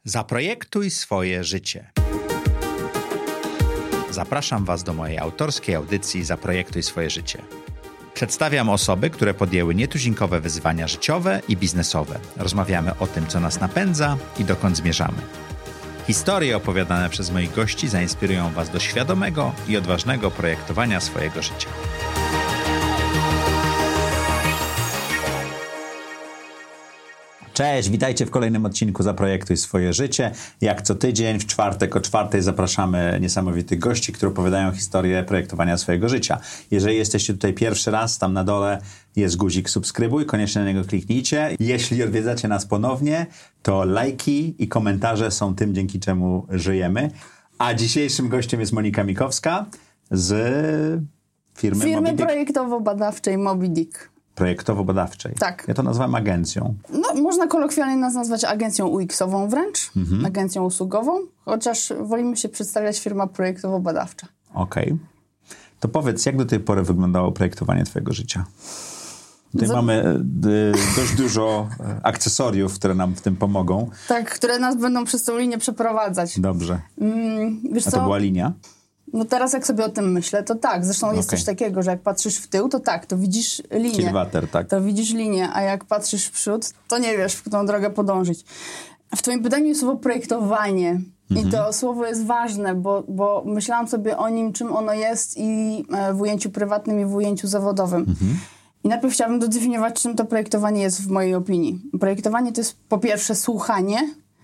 Zaprojektuj swoje życie. Zapraszam Was do mojej autorskiej audycji Zaprojektuj swoje życie. Przedstawiam osoby, które podjęły nietuzinkowe wyzwania życiowe i biznesowe. Rozmawiamy o tym, co nas napędza i dokąd zmierzamy. Historie opowiadane przez moich gości zainspirują Was do świadomego i odważnego projektowania swojego życia. Cześć, witajcie w kolejnym odcinku Zaprojektuj swoje życie. Jak co tydzień, w czwartek o 4:00 zapraszamy niesamowitych gości, którzy opowiadają historię projektowania swojego życia. Jeżeli jesteście tutaj pierwszy raz, tam na dole jest guzik subskrybuj, koniecznie na niego kliknijcie. Jeśli odwiedzacie nas ponownie, to lajki i komentarze są tym, dzięki czemu żyjemy. A dzisiejszym gościem jest Monika Mikowska z firmy projektowo-badawczej Moby Dick. Projektowo-badawczej. Tak. Ja to nazywam agencją. No, można kolokwialnie nas nazwać agencją UX-ową wręcz, agencją usługową, chociaż wolimy się przedstawiać firma projektowo-badawcza. Okej. To powiedz, jak do tej pory wyglądało projektowanie twojego życia? Tutaj mamy dość dużo akcesoriów, które nam w tym pomogą. Tak, które nas będą przez tą linię przeprowadzać. Dobrze. Wiesz A to co? była linia? No teraz jak sobie o tym myślę, to tak. Zresztą jest coś takiego, że jak patrzysz w tył, to tak, to widzisz linię. Kilwater, tak. To widzisz linię, a jak patrzysz w przód, to nie wiesz, w którą drogę podążyć. W twoim pytaniu jest słowo projektowanie. I to słowo jest ważne, bo myślałam sobie o nim, czym ono jest i w ujęciu prywatnym i w ujęciu zawodowym. I najpierw chciałabym dodefiniować, czym to projektowanie jest w mojej opinii. Projektowanie to jest po pierwsze słuchanie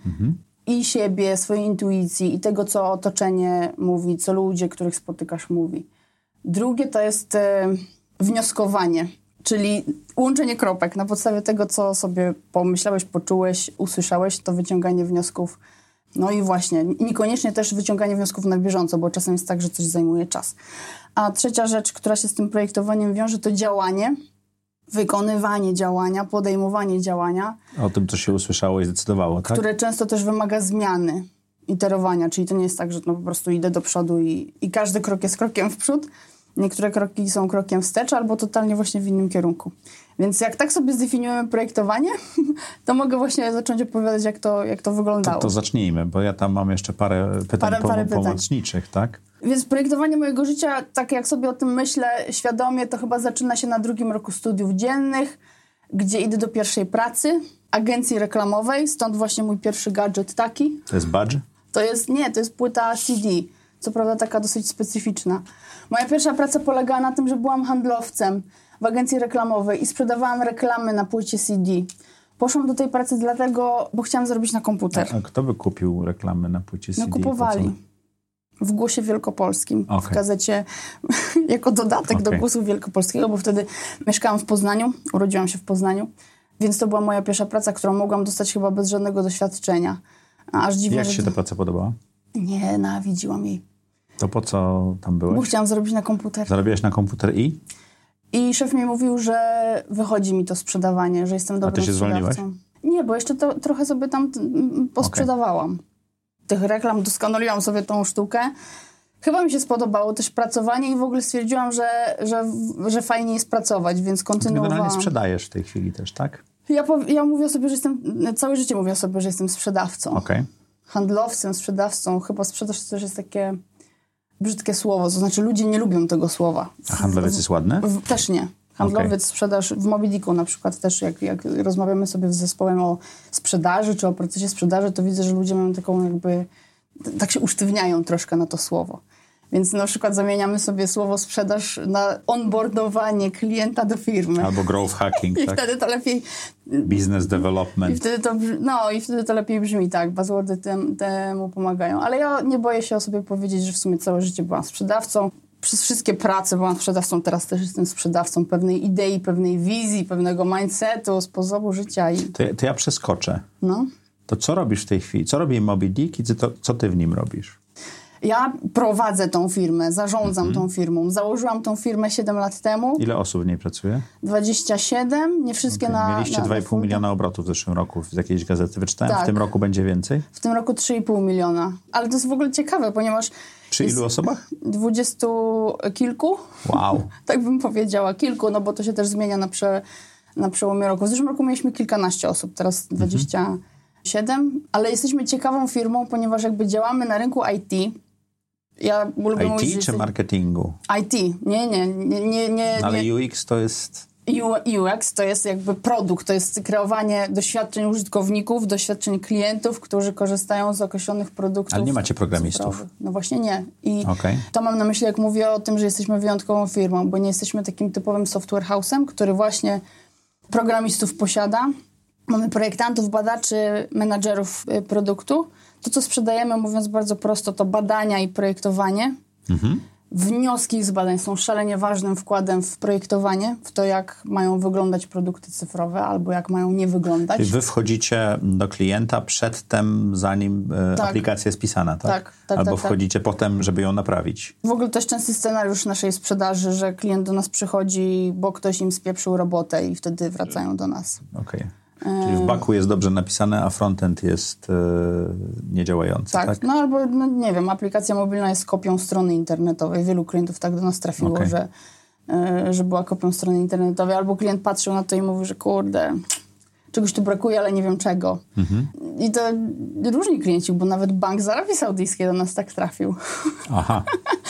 i siebie, swojej intuicji i tego, co otoczenie mówi, co ludzie, których spotykasz, mówi. Drugie to jest wnioskowanie, czyli łączenie kropek. Na podstawie tego, co sobie pomyślałeś, poczułeś, usłyszałeś, to wyciąganie wniosków. No i właśnie, niekoniecznie też wyciąganie wniosków na bieżąco, bo czasem jest tak, że coś zajmuje czas. A trzecia rzecz, która się z tym projektowaniem wiąże, to działanie, wykonywanie działania, podejmowanie działania. O tym, co się usłyszało i zdecydowało, tak? Które często też wymaga zmiany, iterowania, czyli to nie jest tak, że po prostu idę do przodu i każdy krok jest krokiem w przód. Niektóre kroki są krokiem wstecz albo totalnie właśnie w innym kierunku. Więc jak tak sobie zdefiniujemy projektowanie, to mogę właśnie zacząć opowiadać, jak to wyglądało. To zacznijmy, bo ja tam mam jeszcze parę pytań pomocniczych, tak? Więc projektowanie mojego życia, tak jak sobie o tym myślę świadomie, to chyba zaczyna się na 2. roku studiów dziennych, gdzie idę do pierwszej pracy, agencji reklamowej, stąd właśnie mój pierwszy gadżet taki. To jest badge? To jest płyta CD, co prawda taka dosyć specyficzna. Moja pierwsza praca polegała na tym, że byłam handlowcem w agencji reklamowej i sprzedawałam reklamy na płycie CD. Poszłam do tej pracy dlatego, bo chciałam zarobić na komputer. A kto by kupił reklamy na płycie CD? No kupowali. W Głosie Wielkopolskim, w gazecie, jako dodatek do Głosu Wielkopolskiego, bo wtedy mieszkałam w Poznaniu, urodziłam się w Poznaniu, więc to była moja pierwsza praca, którą mogłam dostać chyba bez żadnego doświadczenia. Aż dziwne, Jak ci się ta praca podobała? Nienawidziłam jej. To po co tam byłeś? Bo chciałam zarobić na komputer. Zarabiałeś na komputer i? I szef mi mówił, że wychodzi mi to sprzedawanie, że jestem dobrym sprzedawcą. A ty się zwolniłaś? Nie, bo jeszcze trochę sobie tam posprzedawałam. Tych reklam, doskonaliłam sobie tą sztukę. Chyba mi się spodobało też pracowanie i w ogóle stwierdziłam, że fajnie jest pracować, więc kontynuowałam. Generalnie sprzedajesz w tej chwili też, tak? Ja mówię sobie, że całe życie mówię sobie, że jestem sprzedawcą. Handlowcem, sprzedawcą. Chyba sprzedaż to też jest takie brzydkie słowo, to znaczy ludzie nie lubią tego słowa. A handlowiec jest ładny? Też nie. Handlowiec, sprzedaż w Moby Dicku na przykład też, jak rozmawiamy sobie z zespołem o sprzedaży czy o procesie sprzedaży, to widzę, że ludzie mają taką jakby, tak się usztywniają troszkę na to słowo. Więc na przykład zamieniamy sobie słowo sprzedaż na onboardowanie klienta do firmy. Albo growth hacking, I tak? wtedy to lepiej... Business development. I wtedy to lepiej brzmi, tak. Buzzwordy temu pomagają. Ale ja nie boję się o sobie powiedzieć, że w sumie całe życie byłam sprzedawcą. Przez wszystkie prace byłam sprzedawcą, teraz też jestem sprzedawcą pewnej idei, pewnej wizji, pewnego mindsetu, sposobu życia. To ja przeskoczę. No. To co robisz w tej chwili? Co robi Moby Dick i co ty w nim robisz? Ja prowadzę tą firmę, zarządzam tą firmą. Założyłam tą firmę 7 lat temu. Ile osób w niej pracuje? 27, nie wszystkie Mieliście 2,5 miliona obrotów w zeszłym roku z jakiejś gazety. Wyczytałem, tak. W tym roku będzie więcej? W tym roku 3,5 miliona. Ale to jest w ogóle ciekawe, ponieważ... Przy ilu osobach? 20 kilku. Wow. Tak bym powiedziała, kilku, no bo to się też zmienia na przełomie roku. W zeszłym roku mieliśmy kilkanaście osób, teraz 27. 7, ale jesteśmy ciekawą firmą, ponieważ jakby działamy na rynku IT. Ja lubię mówić, IT czy marketingu? IT. Nie. Ale UX to jest... UX to jest jakby produkt, to jest kreowanie doświadczeń użytkowników, doświadczeń klientów, którzy korzystają z określonych produktów. Ale nie macie programistów. Cyfrowych. No właśnie nie. I Okay. to mam na myśli, jak mówię o tym, że jesteśmy wyjątkową firmą, bo nie jesteśmy takim typowym software house'em, który właśnie programistów posiada. Mamy projektantów, badaczy, menadżerów produktu. To, co sprzedajemy, mówiąc bardzo prosto, to badania i projektowanie. Wnioski z badań są szalenie ważnym wkładem w projektowanie, w to, jak mają wyglądać produkty cyfrowe albo jak mają nie wyglądać. Czyli wy wchodzicie do klienta przedtem, zanim aplikacja jest pisana, tak? Tak. Albo wchodzicie potem, żeby ją naprawić. W ogóle to jest częsty scenariusz naszej sprzedaży, że klient do nas przychodzi, bo ktoś im spieprzył robotę i wtedy wracają do nas. Okej. Czyli w backu jest dobrze napisane, a frontend jest niedziałający, tak? No albo, nie wiem, aplikacja mobilna jest kopią strony internetowej. Wielu klientów tak do nas trafiło, że była kopią strony internetowej. Albo klient patrzył na to i mówił, że kurde, czegoś tu brakuje, ale nie wiem czego. I to różni klienci, bo nawet Bank z Arabii Saudyjskiej do nas tak trafił. Aha.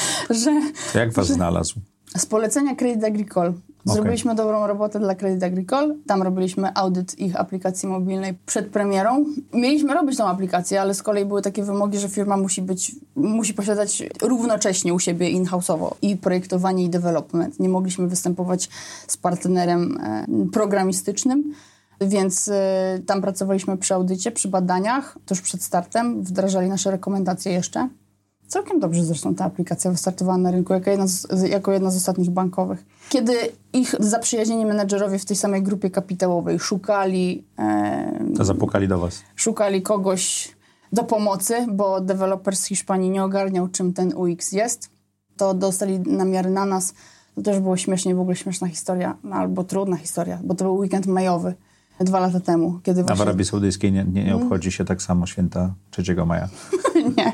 To jak was znalazł? Z polecenia Crédit Agricole. Zrobiliśmy dobrą robotę dla Crédit Agricole. Tam robiliśmy audyt ich aplikacji mobilnej przed premierą. Mieliśmy robić tą aplikację, ale z kolei były takie wymogi, że firma musi posiadać równocześnie u siebie in-house'owo i projektowanie, i development. Nie mogliśmy występować z partnerem programistycznym, więc tam pracowaliśmy przy audycie, przy badaniach, tuż przed startem. Wdrażali nasze rekomendacje jeszcze. Całkiem dobrze zresztą ta aplikacja wystartowała na rynku jako jedna z ostatnich bankowych. Kiedy ich zaprzyjaźnieni menedżerowie w tej samej grupie kapitałowej szukali... To zapukali do was. Szukali kogoś do pomocy, bo deweloper z Hiszpanii nie ogarniał, czym ten UX jest, to dostali namiary na nas. To też było śmiesznie, w ogóle śmieszna historia, albo trudna historia, bo to był weekend majowy 2 lata temu. Kiedy A w Arabii Saudyjskiej nie obchodzi się tak samo święta 3 maja? Nie.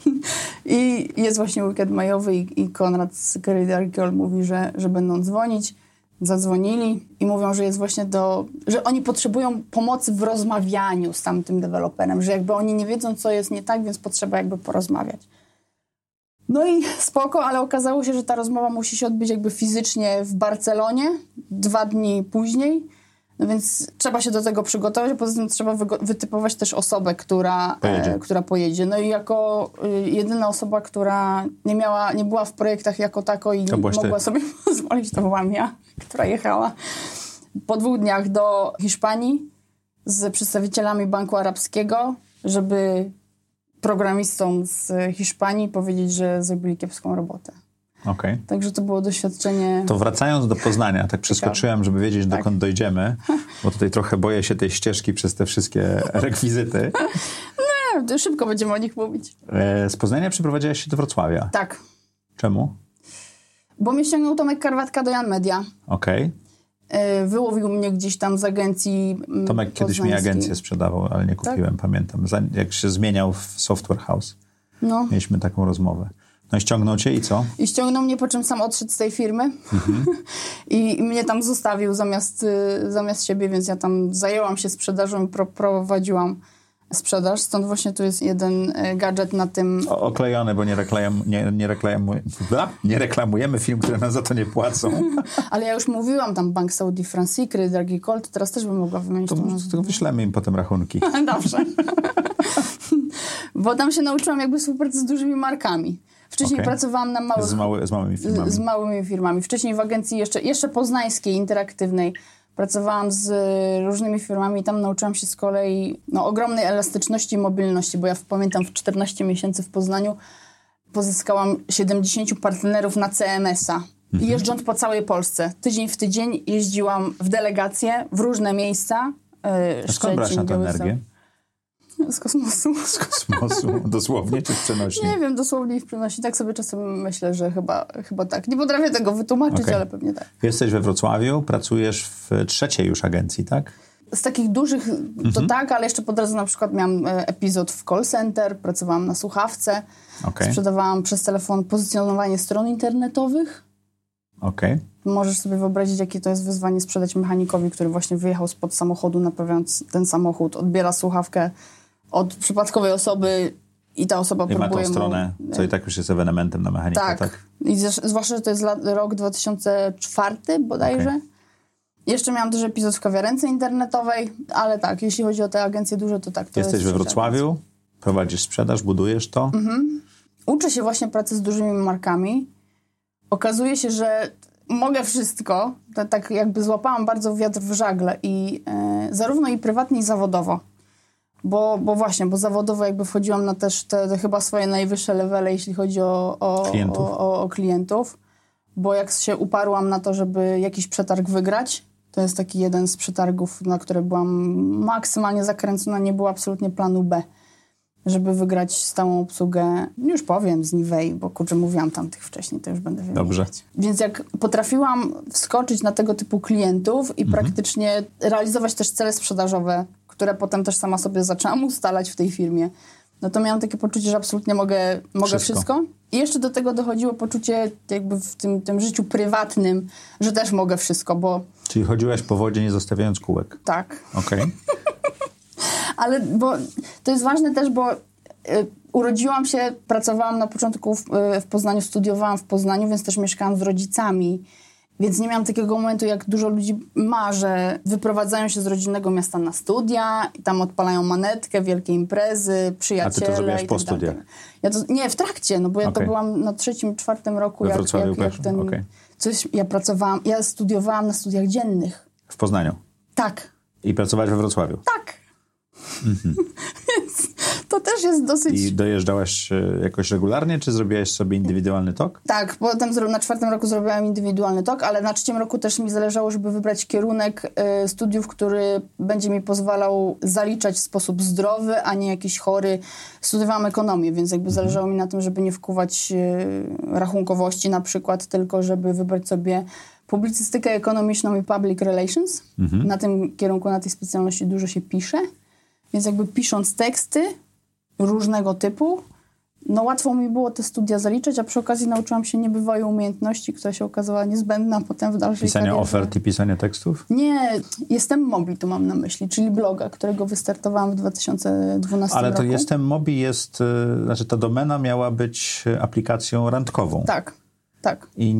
I jest właśnie weekend majowy i Konrad z Crédit Agricole mówi, że będą dzwonić. Zadzwonili i mówią, że jest właśnie że oni potrzebują pomocy w rozmawianiu z tamtym deweloperem, że jakby oni nie wiedzą, co jest nie tak, więc potrzeba jakby porozmawiać. No i spoko, ale okazało się, że ta rozmowa musi się odbyć jakby fizycznie w Barcelonie 2 dni później. No więc trzeba się do tego przygotować, a poza tym trzeba wytypować też osobę, która pojedzie. No i jako jedyna osoba, która nie była w projektach jako tako i nie mogła sobie pozwolić, to byłam ja, która jechała po 2 dniach do Hiszpanii z przedstawicielami Banku Arabskiego, żeby programistom z Hiszpanii powiedzieć, że zrobili kiepską robotę. Okay. Także to było doświadczenie... To wracając do Poznania, tak przeskoczyłem, żeby wiedzieć, dokąd dojdziemy, bo tutaj trochę boję się tej ścieżki przez te wszystkie rekwizyty. No, to szybko będziemy o nich mówić. Z Poznania przeprowadziłaś się do Wrocławia. Tak. Czemu? Bo mnie ściągnął Tomek Karwatka do Jan Media. Okej. Wyłowił mnie gdzieś tam z agencji Tomek kiedyś mi agencję sprzedawał, ale nie kupiłem, pamiętam. Jak się zmieniał w Software House. No. Mieliśmy taką rozmowę. No i ściągnął cię i co? I ściągnął mnie, po czym sam odszedł z tej firmy. I mnie tam zostawił zamiast siebie, więc ja tam zajęłam się sprzedażą, prowadziłam sprzedaż. Stąd właśnie tu jest jeden gadżet na tym... Oklejony, bo nie reklamujemy film, które nam za to nie płacą. Ale ja już mówiłam tam Bank Saudi Francji, Crédit Agricole, to teraz też bym mogła wymienić. To wyślemy im potem rachunki. Dobrze. Bo tam się nauczyłam jakby współpracy z dużymi markami. Wcześniej pracowałam na małych... Z małymi firmami. Z małymi firmami. Wcześniej w agencji jeszcze poznańskiej, interaktywnej. Pracowałam z różnymi firmami i tam nauczyłam się z kolei ogromnej elastyczności i mobilności, bo ja pamiętam w 14 miesięcy w Poznaniu pozyskałam 70 partnerów na CMS-a. I jeżdżąc po całej Polsce, tydzień w tydzień jeździłam w delegacje, w różne miejsca. Skąd brać na tę energię? Z kosmosu. Z kosmosu? Dosłownie czy w przenośni? Nie wiem, dosłownie i w przenośni. Tak sobie czasem myślę, że chyba tak. Nie potrafię tego wytłumaczyć, ale pewnie tak. Jesteś we Wrocławiu, pracujesz w 3. już agencji, tak? Z takich dużych to tak, ale jeszcze po drodze na przykład miałam epizod w call center, pracowałam na sprzedawałam przez telefon pozycjonowanie stron internetowych. możesz sobie wyobrazić, jakie to jest wyzwanie sprzedać mechanikowi, który właśnie wyjechał spod samochodu, naprawiając ten samochód, odbiera słuchawkę od przypadkowej osoby i ta osoba I próbuje ma tą stronę, co i tak już jest ewenementem na mechanikę, tak? I zwłaszcza, że to jest rok 2004 bodajże. Okay. Jeszcze miałam też epizod w kawiarence internetowej, ale tak, jeśli chodzi o te agencje duże, to tak. To Jesteś we Wrocławiu, prowadzisz sprzedaż, budujesz to. Uczę się właśnie pracy z dużymi markami. Okazuje się, że mogę wszystko. Tak jakby złapałam bardzo wiatr w żagle i zarówno i prywatnie, i zawodowo. Bo zawodowo jakby wchodziłam na też te chyba swoje najwyższe levele, jeśli chodzi o klientów. Bo jak się uparłam na to, żeby jakiś przetarg wygrać, to jest taki jeden z przetargów, na które byłam maksymalnie zakręcona, nie było absolutnie planu B, żeby wygrać stałą obsługę, już powiem, z Nivei, bo kurczę, mówiłam tam tych wcześniej, to już będę wymieniać. Dobrze. Więc jak potrafiłam wskoczyć na tego typu klientów i praktycznie realizować też cele sprzedażowe, które potem też sama sobie zaczęłam ustalać w tej firmie, no to miałam takie poczucie, że absolutnie mogę wszystko. I jeszcze do tego dochodziło poczucie jakby w tym życiu prywatnym, że też mogę wszystko, bo... Czyli chodziłaś po wodzie, nie zostawiając kółek. Tak. Okej. Ale bo to jest ważne też, bo urodziłam się, pracowałam na początku w Poznaniu, studiowałam w Poznaniu, więc też mieszkałam z rodzicami. Więc nie miałam takiego momentu, jak dużo ludzi ma, że wyprowadzają się z rodzinnego miasta na studia i tam odpalają manetkę, wielkie imprezy, przyjaciele. A ty to zrobiłaś po studiach? Nie, w trakcie, no bo ja to byłam na 3., 4. roku. We Wrocławiu ja studiowałam na studiach dziennych. W Poznaniu? Tak. I pracowałaś we Wrocławiu? Tak. Więc to też jest dosyć... I dojeżdżałaś jakoś regularnie, czy zrobiłaś sobie indywidualny tok? Tak, potem na 4. roku zrobiłam indywidualny tok, ale na 3. roku też mi zależało, żeby wybrać kierunek studiów, który będzie mi pozwalał zaliczać w sposób zdrowy, a nie jakiś chory. Studiowałam ekonomię, więc jakby zależało mi na tym, żeby nie wkuwać rachunkowości na przykład, tylko żeby wybrać sobie publicystykę ekonomiczną i public relations. Na tym kierunku, na tej specjalności dużo się pisze. Więc jakby pisząc teksty różnego typu, no łatwo mi było te studia zaliczać, a przy okazji nauczyłam się niebywałej umiejętności, która się okazała niezbędna potem w dalszej Pisanie karierze. ofert i pisanie tekstów? Nie, Jestem Mobi, tu mam na myśli, czyli bloga, którego wystartowałam w 2012 roku. Ale to Jestem Mobi jest, znaczy ta domena miała być aplikacją randkową. Tak. I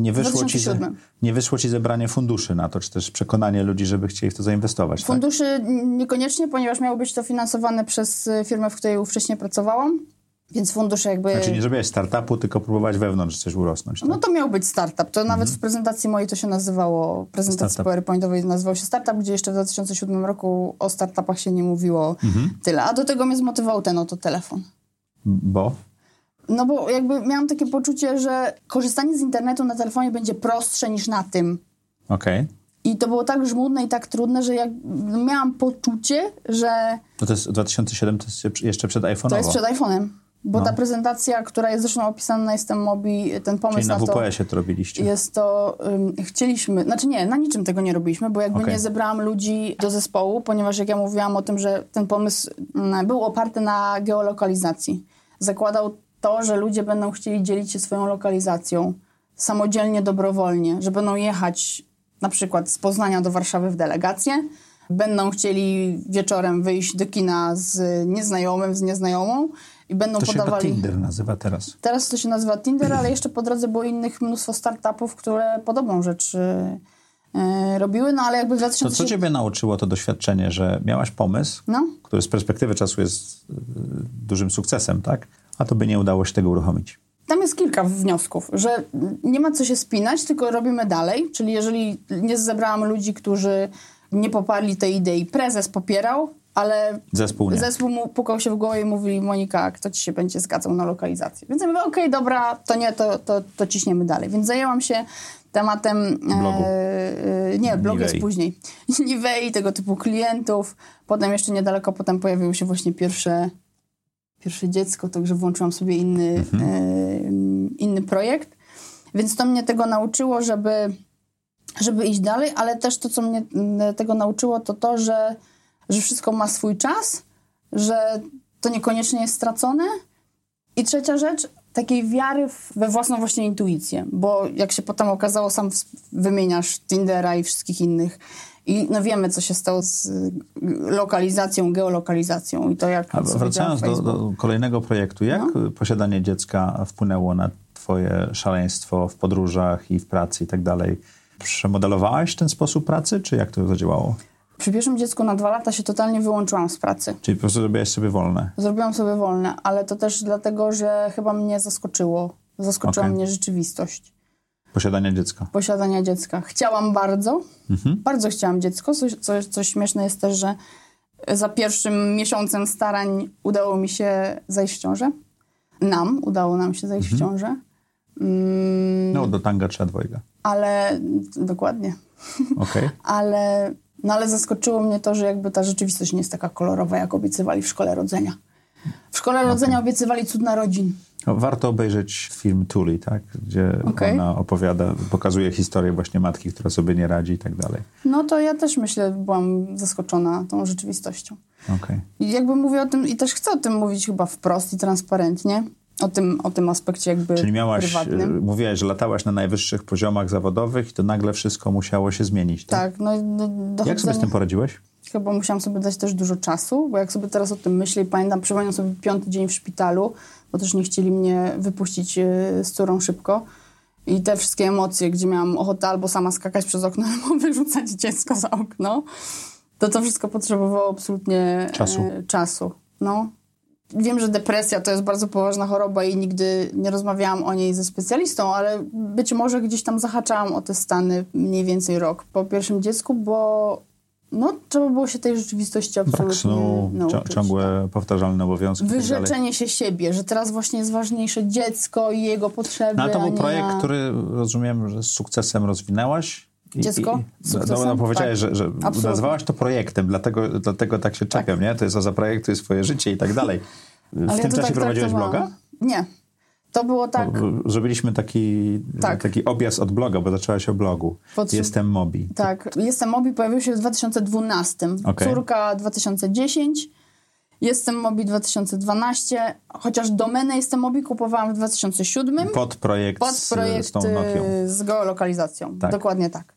nie wyszło ci zebranie funduszy na to, czy też przekonanie ludzi, żeby chcieli w to zainwestować. Funduszy niekoniecznie, ponieważ miało być to finansowane przez firmę, w której wcześniej pracowałam, więc fundusze jakby... Znaczy nie zrobiłaś startupu, tylko próbować wewnątrz coś urosnąć. Tak? No to miał być startup. To nawet w prezentacji mojej to się nazywało, prezentacji PowerPointowej nazywał się startup, gdzie jeszcze w 2007 roku o startupach się nie mówiło tyle. A do tego mnie zmotywował ten oto telefon. Bo? No bo jakby miałam takie poczucie, że korzystanie z internetu na telefonie będzie prostsze niż na tym. Okej. I to było tak żmudne i tak trudne, że miałam poczucie, że... No to jest 2007, to jest jeszcze przed iPhone'owo. To jest przed iPhone'em. Bo ta prezentacja, która jest zresztą opisana na Jestem Mobi, ten pomysł na to... Czyli na WPS-ie to robiliście. Jest to... chcieliśmy... Znaczy nie, na niczym tego nie robiliśmy, bo jakby nie zebrałam ludzi do zespołu, ponieważ jak ja mówiłam o tym, że ten pomysł był oparty na geolokalizacji. Zakładał to, że ludzie będą chcieli dzielić się swoją lokalizacją samodzielnie, dobrowolnie, że będą jechać na przykład z Poznania do Warszawy w delegację, będą chcieli wieczorem wyjść do kina z nieznajomym, z nieznajomą i będą podawali... To się Tinder nazywa teraz. Teraz to się nazywa Tinder, ale jeszcze po drodze było mnóstwo startupów, które podobną rzecz robiły, no ale jakby w 2000... To co ciebie nauczyło to doświadczenie, że miałaś pomysł, który z perspektywy czasu jest dużym sukcesem, tak? A to by nie udało się tego uruchomić. Tam jest kilka wniosków, że nie ma co się spinać, tylko robimy dalej, czyli jeżeli nie zebrałam ludzi, którzy nie poparli tej idei, prezes popierał, ale zespół mu pukał się w głowę i mówili: Monika, kto ci się będzie zgadzał na lokalizację? Więc ja mówię: okej, dobra, to nie, to ciśniemy dalej. Więc zajęłam się tematem... blogu. Nie, blog Nivei. jest później. Nivei, tego typu klientów. Potem jeszcze niedaleko pojawiło się właśnie pierwsze dziecko, także włączyłam sobie inny projekt. Więc to mnie tego nauczyło, żeby iść dalej, ale też to, co mnie tego nauczyło, to, że wszystko ma swój czas, że to niekoniecznie jest stracone. I trzecia rzecz, takiej wiary we własną właśnie intuicję, bo jak się potem okazało, sam wymieniasz Tindera i wszystkich innych i no wiemy, co się stało z lokalizacją, geolokalizacją i to jak... A wracając do kolejnego projektu, jak posiadanie dziecka wpłynęło na twoje szaleństwo w podróżach i w pracy i tak dalej? Przemodelowałaś ten sposób pracy, czy jak to zadziałało? Przy pierwszym dziecku na 2 lata się totalnie wyłączyłam z pracy. Czyli po prostu zrobiłaś sobie wolne? Zrobiłam sobie wolne, ale to też dlatego, że chyba mnie zaskoczyło. Zaskoczyła mnie rzeczywistość. Posiadania dziecka. Chciałam bardzo. Bardzo chciałam dziecko. Co śmieszne jest też, że za pierwszym miesiącem starań udało mi się zajść w ciążę. Udało nam się zajść w ciążę. No, do tanga trzeba dwojga. Ale, dokładnie. Okay. Ale zaskoczyło mnie to, że jakby ta rzeczywistość nie jest taka kolorowa, jak obiecywali w szkole rodzenia. W szkole rodzenia obiecywali cud narodzin. No, warto obejrzeć film Tuli, tak? Gdzie ona opowiada, pokazuje historię właśnie matki, która sobie nie radzi i tak dalej. No to ja też myślę, byłam zaskoczona tą rzeczywistością. Okay. I jakby mówię o tym i też chcę o tym mówić chyba wprost i transparentnie. O tym aspekcie jakby prywatnym. Mówiłaś, że latałaś na najwyższych poziomach zawodowych i to nagle wszystko musiało się zmienić. Tak? Jak sobie z tym poradziłeś? Chyba musiałam sobie dać też dużo czasu, bo jak sobie teraz o tym myślę i pamiętam, przypomniałam sobie 5. dzień w szpitalu, bo też nie chcieli mnie wypuścić z córą szybko. I te wszystkie emocje, gdzie miałam ochotę albo sama skakać przez okno, albo wyrzucać dziecko za okno, to wszystko potrzebowało absolutnie czasu. No. Wiem, że depresja to jest bardzo poważna choroba i nigdy nie rozmawiałam o niej ze specjalistą, ale być może gdzieś tam zahaczałam o te stany mniej więcej rok po pierwszym dziecku, bo trzeba było się tej rzeczywistości absolutnie nauczyć. Ciągłe, powtarzalne obowiązki. Wyrzeczenie się siebie, że teraz właśnie jest ważniejsze dziecko i jego potrzeby. No, ale to był projekt, który rozumiem, że z sukcesem rozwinęłaś. Dziecko? Powiedziałeś, że nazwałaś to projektem, dlatego tak się czepiam, nie? To jest zaprojektuj swoje życie i tak dalej. W tym czasie prowadziłaś bloga? Nie. To było tak... Zrobiliśmy taki objazd od bloga, bo zaczęłaś o blogu. Jestem Mobi. Tak. Jestem Mobi pojawił się w 2012. Okay. Córka 2010. Jestem Mobi 2012. Chociaż domenę Jestem Mobi kupowałam w 2007. Pod projekt z tą Nokią. Z geolokalizacją. Tak. Dokładnie tak.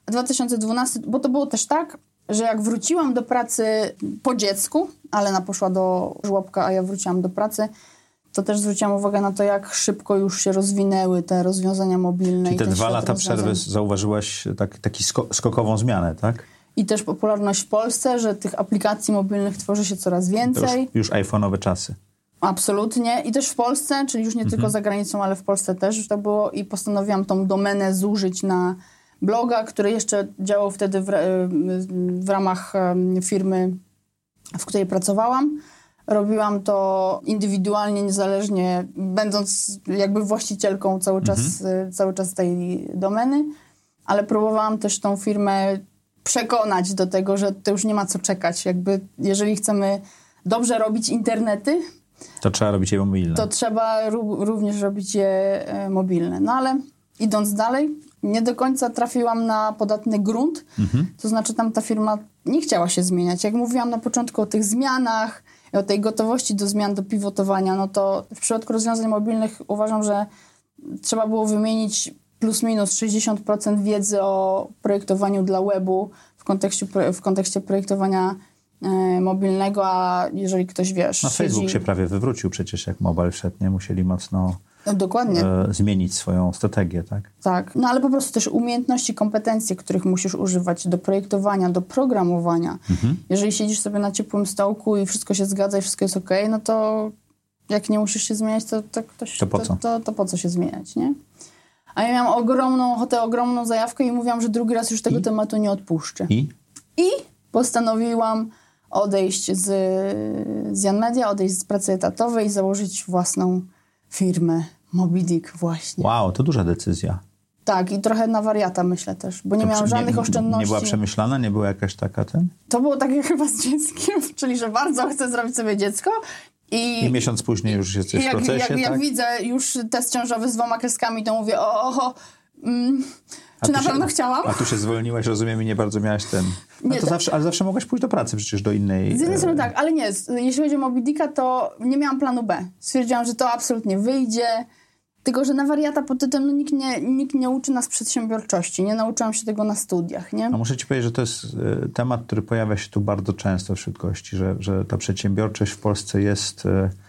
2012, bo to było też tak, że jak wróciłam do pracy po dziecku, Alena poszła do żłobka, a ja wróciłam do pracy, to też zwróciłam uwagę na to, jak szybko już się rozwinęły te rozwiązania mobilne. Czyli te 2 lata przerwy zauważyłaś taki skokową zmianę, tak? I też popularność w Polsce, że tych aplikacji mobilnych tworzy się coraz więcej. To już iPhone'owe czasy. Absolutnie. I też w Polsce, czyli już nie tylko za granicą, ale w Polsce też już to było i postanowiłam tą domenę zużyć na bloga, który jeszcze działał wtedy w ramach firmy, w której pracowałam. Robiłam to indywidualnie, niezależnie, będąc jakby właścicielką cały czas tej domeny, ale próbowałam też tą firmę przekonać do tego, że to już nie ma co czekać. Jakby jeżeli chcemy dobrze robić internety, to trzeba robić je mobilne. To trzeba również robić je mobilne. No ale idąc dalej, nie do końca trafiłam na podatny grunt. To znaczy tam ta firma nie chciała się zmieniać. Jak mówiłam na początku o tych zmianach, o tej gotowości do zmian, do pivotowania, no to w przypadku rozwiązań mobilnych uważam, że trzeba było wymienić plus minus 60% wiedzy o projektowaniu dla webu w kontekście projektowania mobilnego, a jeżeli ktoś, wiesz... No Facebook się prawie wywrócił przecież, jak mobile wszedł, nie? Musieli mocno dokładnie zmienić swoją strategię, tak? Tak, no ale po prostu też umiejętności, kompetencje, których musisz używać do projektowania, do programowania. Jeżeli siedzisz sobie na ciepłym stołku i wszystko się zgadza i wszystko jest okej, no to jak nie musisz się zmieniać, to po co się zmieniać, nie? A ja miałam ogromną zajawkę i mówiłam, że drugi raz już tego tematu nie odpuszczę. I postanowiłam odejść z Jan Media, odejść z pracy etatowej i założyć własną firmę Moby Dick właśnie. Wow, to duża decyzja. Tak, i trochę na wariata myślę też, bo nie miałam żadnych oszczędności. Nie była przemyślana? Nie była jakaś taka To było tak jak chyba z dzieckiem, czyli że bardzo chcę zrobić sobie dziecko. I miesiąc później już jesteś w procesie, jak widzę już test ciążowy z 2 kreskami, to mówię, czy na pewno chciałam? A tu się zwolniłaś, rozumiem, i nie bardzo miałaś Ale zawsze mogłaś pójść do pracy przecież do innej... Z jednej strony tak, ale nie. Jeśli chodzi o Moby Dicka, to nie miałam planu B. Stwierdziłam, że to absolutnie wyjdzie. Tylko, że na wariata pod tytułem nikt nie uczy nas przedsiębiorczości. Nie nauczyłam się tego na studiach, nie? A muszę ci powiedzieć, że to jest temat, który pojawia się tu bardzo często wśród gości, że ta przedsiębiorczość w Polsce jest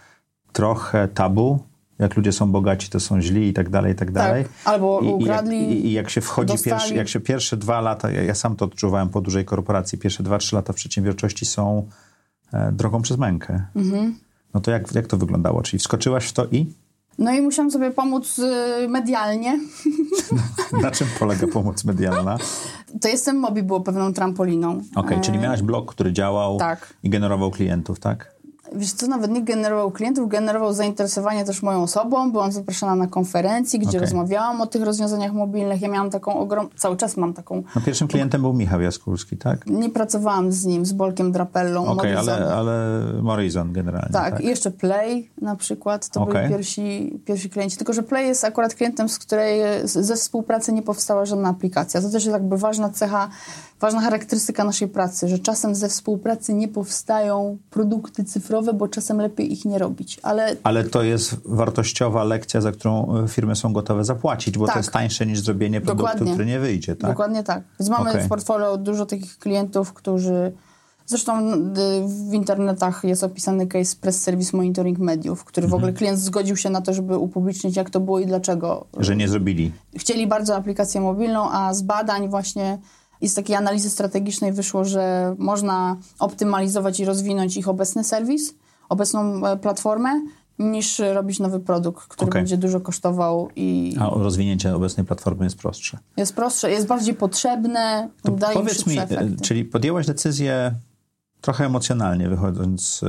trochę tabu. Jak ludzie są bogaci, to są źli i tak dalej, i tak dalej. Albo ukradli, I jak się wchodzi pierwsze 2 lata, ja sam to odczuwałem po dużej korporacji, pierwsze 2-3 lata w przedsiębiorczości są drogą przez mękę. No to jak to wyglądało? Czyli wskoczyłaś w to i? No i musiałam sobie pomóc medialnie. Na czym polega pomoc medialna? To Jestem Mobi było pewną trampoliną. Okej, czyli miałaś blog, który działał i generował klientów, tak? Wiesz co, nawet nie generował klientów, generował zainteresowanie też moją osobą. Byłam zapraszana na konferencje, gdzie rozmawiałam o tych rozwiązaniach mobilnych. Ja miałam taką cały czas mam taką... No pierwszym klientem był Michał Jaskólski, tak? Nie pracowałam z nim, z Bolkiem Drapellą. Okej, ale Morizon generalnie. Tak, i jeszcze Play na przykład, to byli pierwsi klienci. Tylko, że Play jest akurat klientem, z której ze współpracy nie powstała żadna aplikacja. To też jest jakby ważna cecha, ważna charakterystyka naszej pracy, że czasem ze współpracy nie powstają produkty cyfrowe, bo czasem lepiej ich nie robić. Ale to jest wartościowa lekcja, za którą firmy są gotowe zapłacić, bo to jest tańsze niż zrobienie produktu, który nie wyjdzie, tak? Dokładnie tak. Więc mamy w portfolio dużo takich klientów, którzy... Zresztą w internetach jest opisany case Press Service Monitoring Mediów, który w ogóle klient zgodził się na to, żeby upublicznić, jak to było i dlaczego. Że nie zrobili. Chcieli bardzo aplikację mobilną, a z badań właśnie i z takiej analizy strategicznej wyszło, że można optymalizować i rozwinąć ich obecny serwis, obecną platformę, niż robić nowy produkt, który będzie dużo kosztował. A rozwinięcie obecnej platformy jest prostsze. Jest prostsze, jest bardziej potrzebne, daje powiedz mi, czyli podjęłaś decyzję trochę emocjonalnie wychodząc...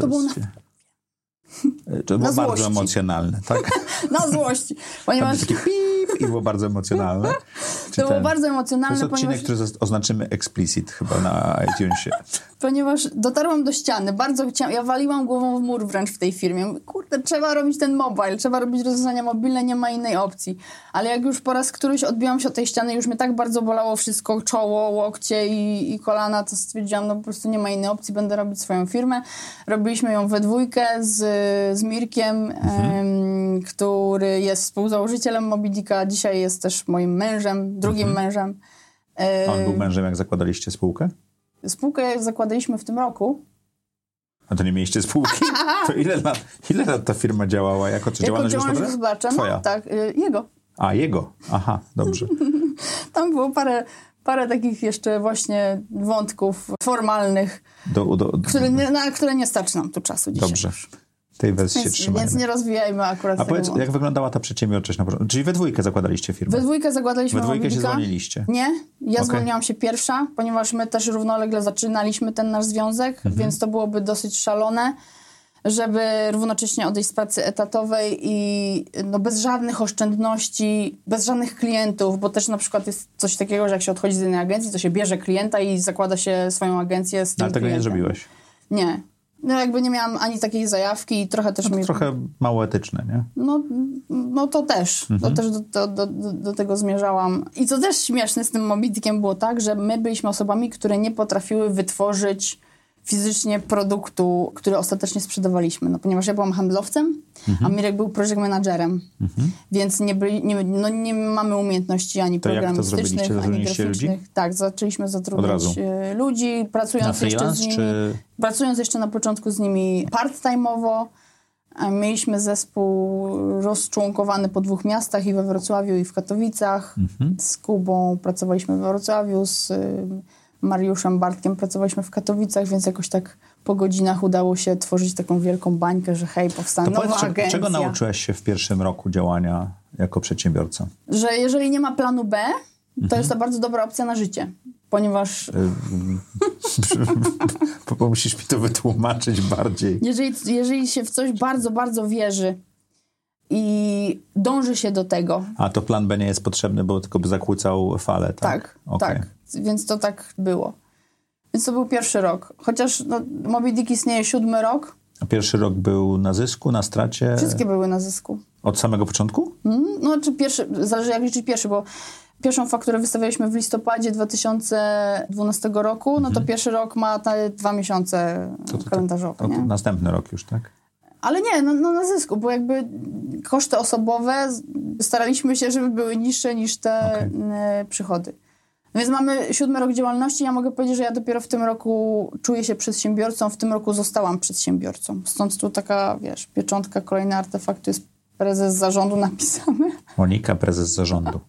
To było bardzo emocjonalne, tak? Na złości. Ponieważ... Taki pip i było bardzo emocjonalne. Było bardzo emocjonalne, to jest odcinek, który oznaczymy explicit chyba na iTunesie. Ponieważ dotarłam do ściany, bardzo chciałam, ja waliłam głową w mur wręcz w tej firmie. Kurde, trzeba robić ten mobile, trzeba robić rozwiązania mobilne, nie ma innej opcji. Ale jak już po raz któryś odbiłam się od tej ściany, już mnie tak bardzo bolało wszystko, czoło, łokcie i kolana, to stwierdziłam, no po prostu nie ma innej opcji, będę robić swoją firmę. Robiliśmy ją we dwójkę z Mirkiem, który jest współzałożycielem Moby Dicka, dzisiaj jest też moim mężem, drugim mężem. A on był mężem, jak zakładaliście spółkę? Spółkę zakładaliśmy w tym roku. A to nie mieliście spółki? To ile lat ta firma działała? Jako działalność gospodarcza? Twoja? No, tak, jego. A, jego? Aha, dobrze. Tam było parę takich jeszcze właśnie wątków formalnych, na które nie starczy nam tu czasu dzisiaj. Dobrze. Tej wersji się trzymajmy. Więc nie rozwijajmy akurat tego powiedz, jak wyglądała ta przedsiębiorczość na początku? Czyli we dwójkę zakładaliście firmę? We dwójkę zakładaliśmy. We dwójkę się zwolniliście? Nie, ja zwolniłam się pierwsza, ponieważ my też równolegle zaczynaliśmy ten nasz związek, więc to byłoby dosyć szalone, żeby równocześnie odejść z pracy etatowej i bez żadnych oszczędności, bez żadnych klientów, bo też na przykład jest coś takiego, że jak się odchodzi z jednej agencji, to się bierze klienta i zakłada się swoją agencję z tym ale tego klientem. nie zrobiłeś? Nie. No jakby nie miałam ani takiej zajawki i trochę też trochę mało etyczne, nie? No to też. To też do tego zmierzałam. I co też śmieszne z tym Moby Dickiem było tak, że my byliśmy osobami, które nie potrafiły wytworzyć fizycznie produktu, który ostatecznie sprzedawaliśmy. No, ponieważ ja byłam handlowcem, a Mirek był project managerem. Więc nie mamy umiejętności ani programistycznych, ani graficznych. Tak, zaczęliśmy zatrudniać ludzi, pracując jeszcze na początku z nimi part-time'owo. Mieliśmy zespół rozczłonkowany po 2 miastach, i we Wrocławiu, i w Katowicach. Z Kubą pracowaliśmy we Wrocławiu, z Mariuszem Bartkiem pracowaliśmy w Katowicach, więc jakoś tak po godzinach udało się tworzyć taką wielką bańkę, że hej, powstała nowa agencja. Czego nauczyłaś się w pierwszym roku działania jako przedsiębiorca? Że jeżeli nie ma planu B, to jest to bardzo dobra opcja na życie, ponieważ... Musisz mi to wytłumaczyć bardziej. Jeżeli się w coś bardzo, bardzo wierzy i dąży się do tego... A to plan B nie jest potrzebny, bo tylko by zakłócał falę, tak? Tak. Więc to tak było. Więc to był pierwszy rok. Chociaż Moby Dick istnieje 7 rok. A pierwszy rok był na zysku, na stracie? Wszystkie były na zysku. Od samego początku? Czy pierwszy, zależy jak liczyć pierwszy, bo Pierwszą fakturę wystawialiśmy w listopadzie 2012 roku, no to pierwszy rok ma te 2 miesiące kalendarzowe. To następny rok już, tak? Ale nie, no na zysku, bo jakby koszty osobowe staraliśmy się, żeby były niższe niż te przychody. Więc mamy 7 rok działalności. Ja mogę powiedzieć, że ja dopiero w tym roku czuję się przedsiębiorcą. W tym roku zostałam przedsiębiorcą. Stąd tu taka, pieczątka, kolejny artefakt, to jest prezes zarządu napisany. Monika, prezes zarządu.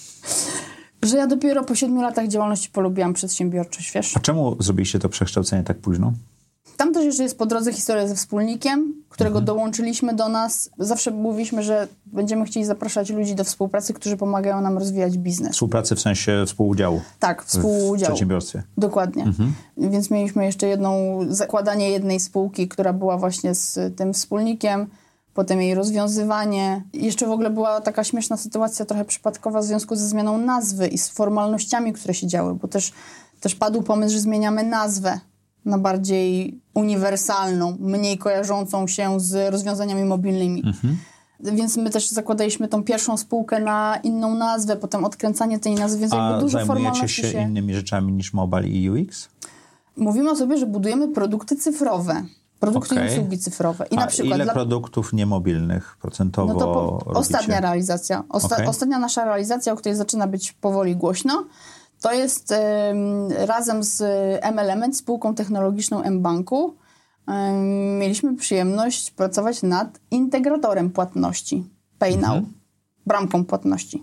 Że ja dopiero po 7 latach działalności polubiłam przedsiębiorczość, wiesz? A czemu zrobiliście to przekształcenie tak późno? Tam też jeszcze jest po drodze historia ze wspólnikiem, którego dołączyliśmy do nas. Zawsze mówiliśmy, że będziemy chcieli zapraszać ludzi do współpracy, którzy pomagają nam rozwijać biznes. Współpracy w sensie współudziału. Tak, współudziału. W przedsiębiorstwie. Dokładnie. Więc mieliśmy jeszcze zakładanie jednej spółki, która była właśnie z tym wspólnikiem, potem jej rozwiązywanie. I jeszcze w ogóle była taka śmieszna sytuacja, trochę przypadkowa w związku ze zmianą nazwy i z formalnościami, które się działy, bo też padł pomysł, że zmieniamy nazwę na bardziej uniwersalną, mniej kojarzącą się z rozwiązaniami mobilnymi. Więc my też zakładaliśmy tą pierwszą spółkę na inną nazwę, potem odkręcanie tej nazwy, więc jakby dużo formalności zajmujecie się innymi rzeczami niż mobile i UX? Mówimy o sobie, że budujemy produkty cyfrowe. Produkty i usługi cyfrowe. I na przykład ile produktów niemobilnych procentowo no to ostatnia realizacja. Ostatnia nasza realizacja, o której zaczyna być powoli głośno, to jest razem z M-Element, spółką technologiczną mBanku, mieliśmy przyjemność pracować nad integratorem płatności. PayNow. Bramką płatności.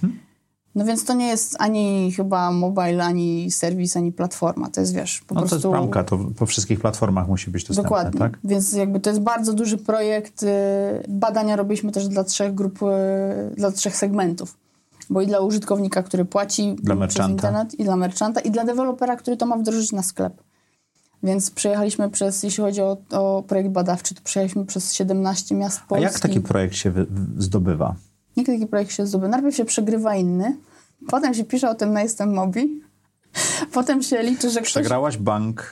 No więc to nie jest ani chyba mobile, ani serwis, ani platforma. To jest, po prostu... to jest bramka, to po wszystkich platformach musi być dostępne, dokładnie. Tak? Więc jakby to jest bardzo duży projekt. Badania robiliśmy też dla 3 grup, dla 3 segmentów. Bo i dla użytkownika, który płaci przez internet, i dla merchanta, i dla dewelopera, który to ma wdrożyć na sklep. Więc przejechaliśmy jeśli chodzi o projekt badawczy, to przejechaliśmy przez 17 miast Polski. A jak taki projekt się zdobywa? Jak taki projekt się zdobywa? Najpierw się przegrywa inny, potem się pisze o tym na Jestem Mobi, potem się liczy, że Przegrałaś bank...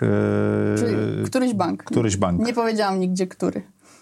Któryś bank. Któryś bank. Nie powiedziałam nigdzie, który.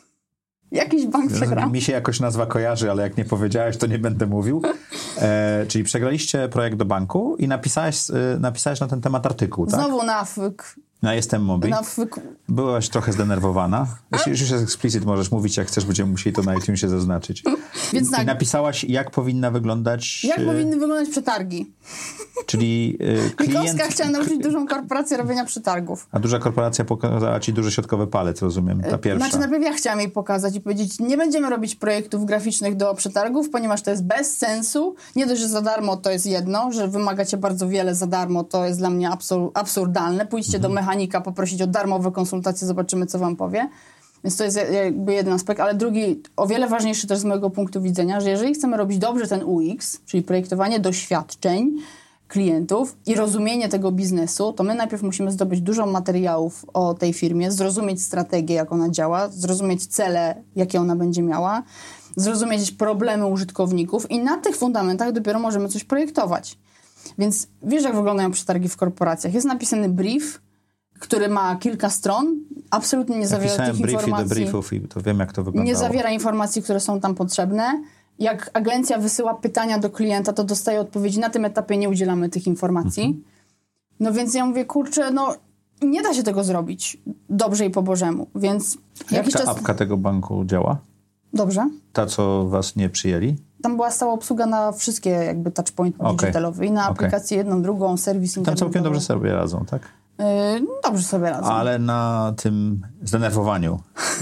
Jakiś bank przegrał. Mi się jakoś nazwa kojarzy, ale jak nie powiedziałeś, to nie będę mówił. Czyli przegraliście projekt do banku i napisałeś na ten temat artykuł, tak? Znowu nawyk. Na Jestem Mobi. Byłaś trochę zdenerwowana. Jeśli już jest explicit, możesz mówić jak chcesz, będziemy musieli to na iTunesie zaznaczyć. Więc I napisałaś, jak powinna wyglądać... Jak powinny wyglądać przetargi. Czyli klient... Mikowska chciała nauczyć dużą korporację robienia przetargów. A duża korporacja pokazała ci duży środkowy palec, rozumiem, ta pierwsza. Znaczy najpierw ja chciałam jej pokazać i powiedzieć, nie będziemy robić projektów graficznych do przetargów, ponieważ to jest bez sensu. Nie dość, że za darmo to jest jedno, że wymagacie bardzo wiele za darmo, to jest dla mnie absurdalne. Pójdźcie do mechanika, poprosić o darmowe konsultacje, zobaczymy, co wam powie. Więc to jest jakby jeden aspekt, ale drugi, o wiele ważniejszy też z mojego punktu widzenia, że jeżeli chcemy robić dobrze ten UX, czyli projektowanie doświadczeń klientów i rozumienie tego biznesu, to my najpierw musimy zdobyć dużo materiałów o tej firmie, zrozumieć strategię, jak ona działa, zrozumieć cele, jakie ona będzie miała, zrozumieć problemy użytkowników i na tych fundamentach dopiero możemy coś projektować. Więc wiesz, jak wyglądają przetargi w korporacjach. Jest napisany brief, który ma kilka stron, absolutnie nie zawiera tych informacji. Do briefów i to wiem, jak to wyglądało. Nie zawiera informacji, które są tam potrzebne. Jak agencja wysyła pytania do klienta, to dostaje odpowiedzi. Na tym etapie nie udzielamy tych informacji. No więc ja mówię, kurczę, nie da się tego zrobić dobrze i po Bożemu. Więc jak ta apka tego banku działa? Dobrze. Ta, co was nie przyjęli? Tam była stała obsługa na wszystkie jakby touchpointy digitalowe. I na aplikację jedną, drugą, serwis internetowy. Tam całkiem dobrze sobie radzą, tak? Dobrze sobie radzą. Ale na tym zdenerwowaniu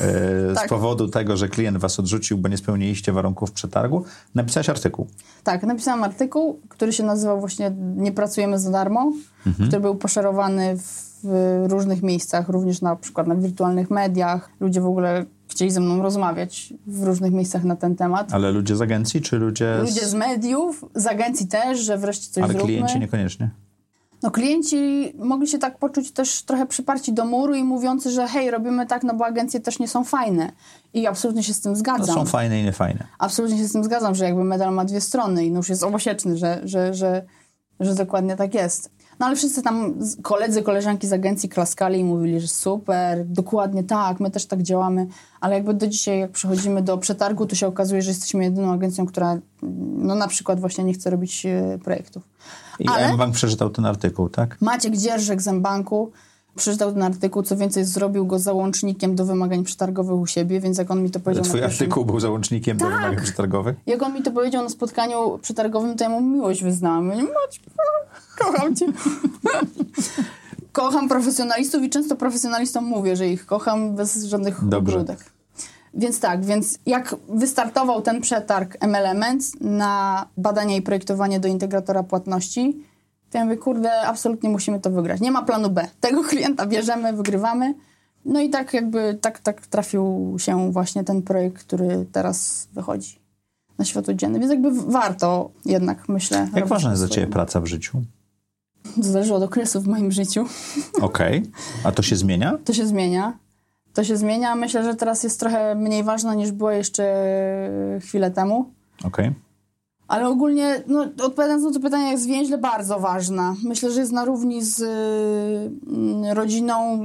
z powodu tego, że klient was odrzucił, bo nie spełniliście warunków przetargu, napisałeś artykuł. Tak, napisałam artykuł, który się nazywał właśnie Nie pracujemy za darmo, który był poszerowany w różnych miejscach, również na przykład na wirtualnych mediach. Ludzie w ogóle chcieli ze mną rozmawiać w różnych miejscach na ten temat. Ale ludzie z agencji, czy ludzie z mediów, z agencji też, że wreszcie coś zróbmy. Ale klienci niekoniecznie. Klienci mogli się tak poczuć też trochę przyparci do muru i mówiący, że hej, robimy tak, bo agencje też nie są fajne. I absolutnie się z tym zgadzam. Są fajne i niefajne. Absolutnie się z tym zgadzam, że jakby medal ma 2 strony i już jest obosieczny, że dokładnie tak jest. No ale wszyscy tam koledzy, koleżanki z agencji klaskali i mówili, że super, dokładnie tak, my też tak działamy, ale jakby do dzisiaj, jak przychodzimy do przetargu, to się okazuje, że jesteśmy jedyną agencją, która no na przykład właśnie nie chce robić projektów. I mBank przeczytał ten artykuł, tak? Maciek Dzierżek z mBanku przeczytał ten artykuł, co więcej zrobił go załącznikiem do wymagań przetargowych u siebie, więc jak on mi to powiedział... Twój artykuł był załącznikiem do wymagań przetargowych? Jak on mi to powiedział na spotkaniu przetargowym, to ja mu miłość wyznałam. Ja mówię, Maciek, kocham cię. Kocham profesjonalistów i często profesjonalistom mówię, że ich kocham bez żadnych ogródek. Więc tak, więc jak wystartował ten przetarg mElement na badanie i projektowanie do integratora płatności, to ja mówię, kurde, absolutnie musimy to wygrać. Nie ma planu B. Tego klienta bierzemy, wygrywamy. No i tak jakby, tak trafił się właśnie ten projekt, który teraz wychodzi na światło dzienne. Więc jakby warto jednak, myślę... Jak ważna jest dla ciebie praca w życiu? To zależy od okresu w moim życiu. Okej. A to się zmienia? To się zmienia. Myślę, że teraz jest trochę mniej ważna niż była jeszcze chwilę temu. Okej. Ale ogólnie, no, odpowiadając na to pytanie, jest więźle bardzo ważna. Myślę, że jest na równi z rodziną.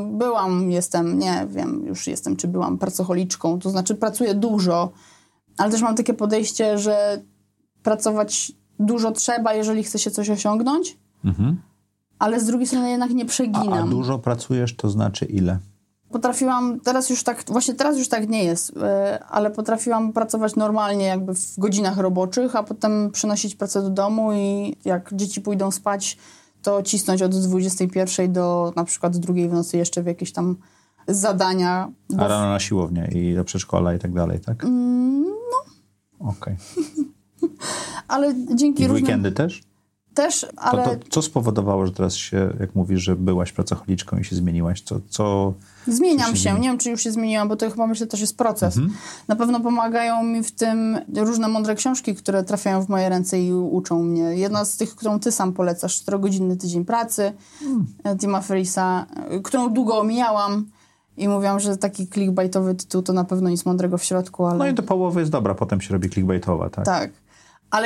Nie wiem, już jestem, czy byłam pracocholiczką. To znaczy pracuję dużo, ale też mam takie podejście, że pracować dużo trzeba, jeżeli chce się coś osiągnąć. Ale z drugiej strony jednak nie przeginam. A dużo pracujesz, to znaczy ile? Potrafiłam, teraz już tak nie jest, ale potrafiłam pracować normalnie jakby w godzinach roboczych, a potem przynosić pracę do domu i jak dzieci pójdą spać, to cisnąć od 21 do na przykład 2 w nocy jeszcze w jakieś tam zadania. A rano na siłownię i do przedszkola i tak dalej, tak? No. Okej. Ale dzięki różnym... I weekendy też? Też, ale... To co spowodowało, że teraz się, jak mówisz, że byłaś pracocholiczką i się zmieniłaś? Zmieniam się. Nie wiem, czy już się zmieniłam, bo to chyba myślę też jest proces. Na pewno pomagają mi w tym różne mądre książki, które trafiają w moje ręce i uczą mnie. Jedna z tych, którą ty sam polecasz, 4-godzinny tydzień pracy, Tima Ferrissa, którą długo omijałam i mówiłam, że taki clickbaitowy tytuł to na pewno nic mądrego w środku, ale... No i do połowy jest dobra, potem się robi clickbaitowa, tak? Tak. Ale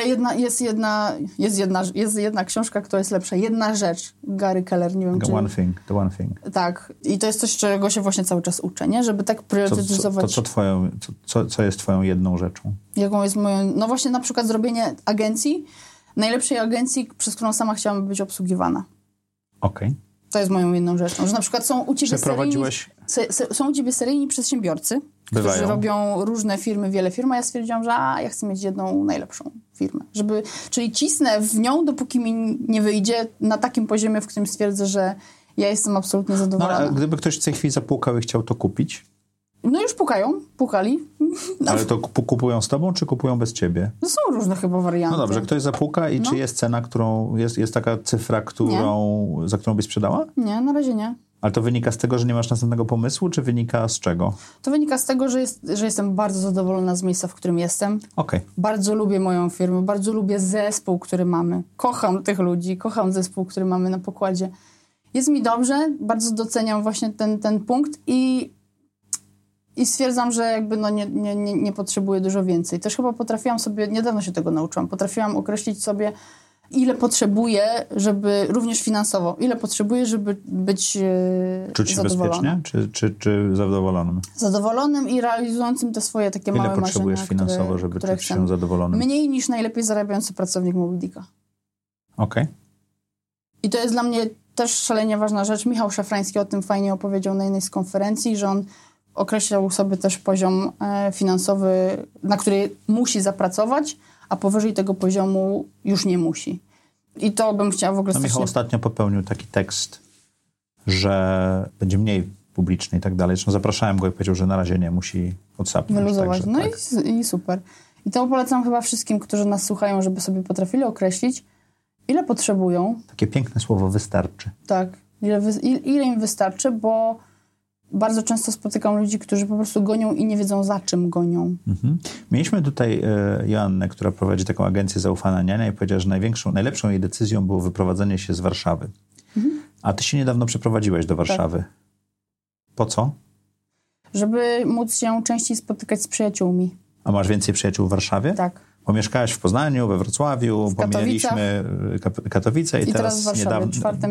jest jedna książka, która jest lepsza. Jedna rzecz. Gary Keller, nie wiem The one thing. Tak. I to jest coś, czego się właśnie cały czas uczę, nie? Żeby tak priorytetyzować. Co jest twoją jedną rzeczą? Jaką jest moją... No właśnie na przykład zrobienie agencji, najlepszej agencji, przez którą sama chciałam być obsługiwana. Okej. To jest moją jedną rzeczą. Że na przykład są u ciebie seryjni przedsiębiorcy, którzy robią różne firmy, wiele firm, a ja stwierdziłam, że ja chcę mieć jedną najlepszą firmę. Czyli cisnę w nią, dopóki mi nie wyjdzie na takim poziomie, w którym stwierdzę, że ja jestem absolutnie zadowolona. No, a gdyby ktoś w tej chwili zapukał i chciał to kupić? No już pukali. Ale to kupują z tobą, czy kupują bez ciebie? No są różne chyba warianty. No dobrze, ktoś zapuka i czy jest cena, jest taka cyfra, za którą byś sprzedała? Nie, na razie nie. Ale to wynika z tego, że nie masz następnego pomysłu, czy wynika z czego? To wynika z tego, że jestem bardzo zadowolona z miejsca, w którym jestem. Okej. Bardzo lubię moją firmę, bardzo lubię zespół, który mamy. Kocham tych ludzi, kocham zespół, który mamy na pokładzie. Jest mi dobrze, bardzo doceniam właśnie ten punkt i stwierdzam, że jakby nie potrzebuję dużo więcej. Też chyba potrafiłam sobie, niedawno się tego nauczyłam, potrafiłam określić sobie, ile potrzebuję, żeby, również finansowo, ile potrzebuję, żeby być Czuć się bezpiecznie, czy zadowolonym? Zadowolonym i realizującym te swoje takie małe marzenia. Ile potrzebujesz finansowo, żeby czuć się zadowolonym? Mniej niż najlepiej zarabiający pracownik Mobidika. Okej. I to jest dla mnie też szalenie ważna rzecz. Michał Szafrański o tym fajnie opowiedział na jednej z konferencji, że on określał sobie też poziom finansowy, na który musi zapracować, a powyżej tego poziomu już nie musi. I to bym chciała w ogóle... Michał ostatnio popełnił taki tekst, że będzie mniej publiczny i tak dalej. Zresztą zapraszałem go i powiedział, że na razie nie musi odsapnąć. Wyluzować. Także, no tak. i super. I to polecam chyba wszystkim, którzy nas słuchają, żeby sobie potrafili określić, ile potrzebują. Takie piękne słowo, wystarczy. Tak. Ile im wystarczy, bo bardzo często spotykam ludzi, którzy po prostu gonią i nie wiedzą, za czym gonią. Mieliśmy tutaj Joannę, która prowadzi taką agencję Zaufana Niania i powiedziała, że najlepszą jej decyzją było wyprowadzenie się z Warszawy. A ty się niedawno przeprowadziłeś do Warszawy. Tak. Po co? Żeby móc się częściej spotykać z przyjaciółmi. A masz więcej przyjaciół w Warszawie? Tak. Bo mieszkałaś w Poznaniu, we Wrocławiu, pomijaliśmy Katowice i teraz w Warszawie, niedawno...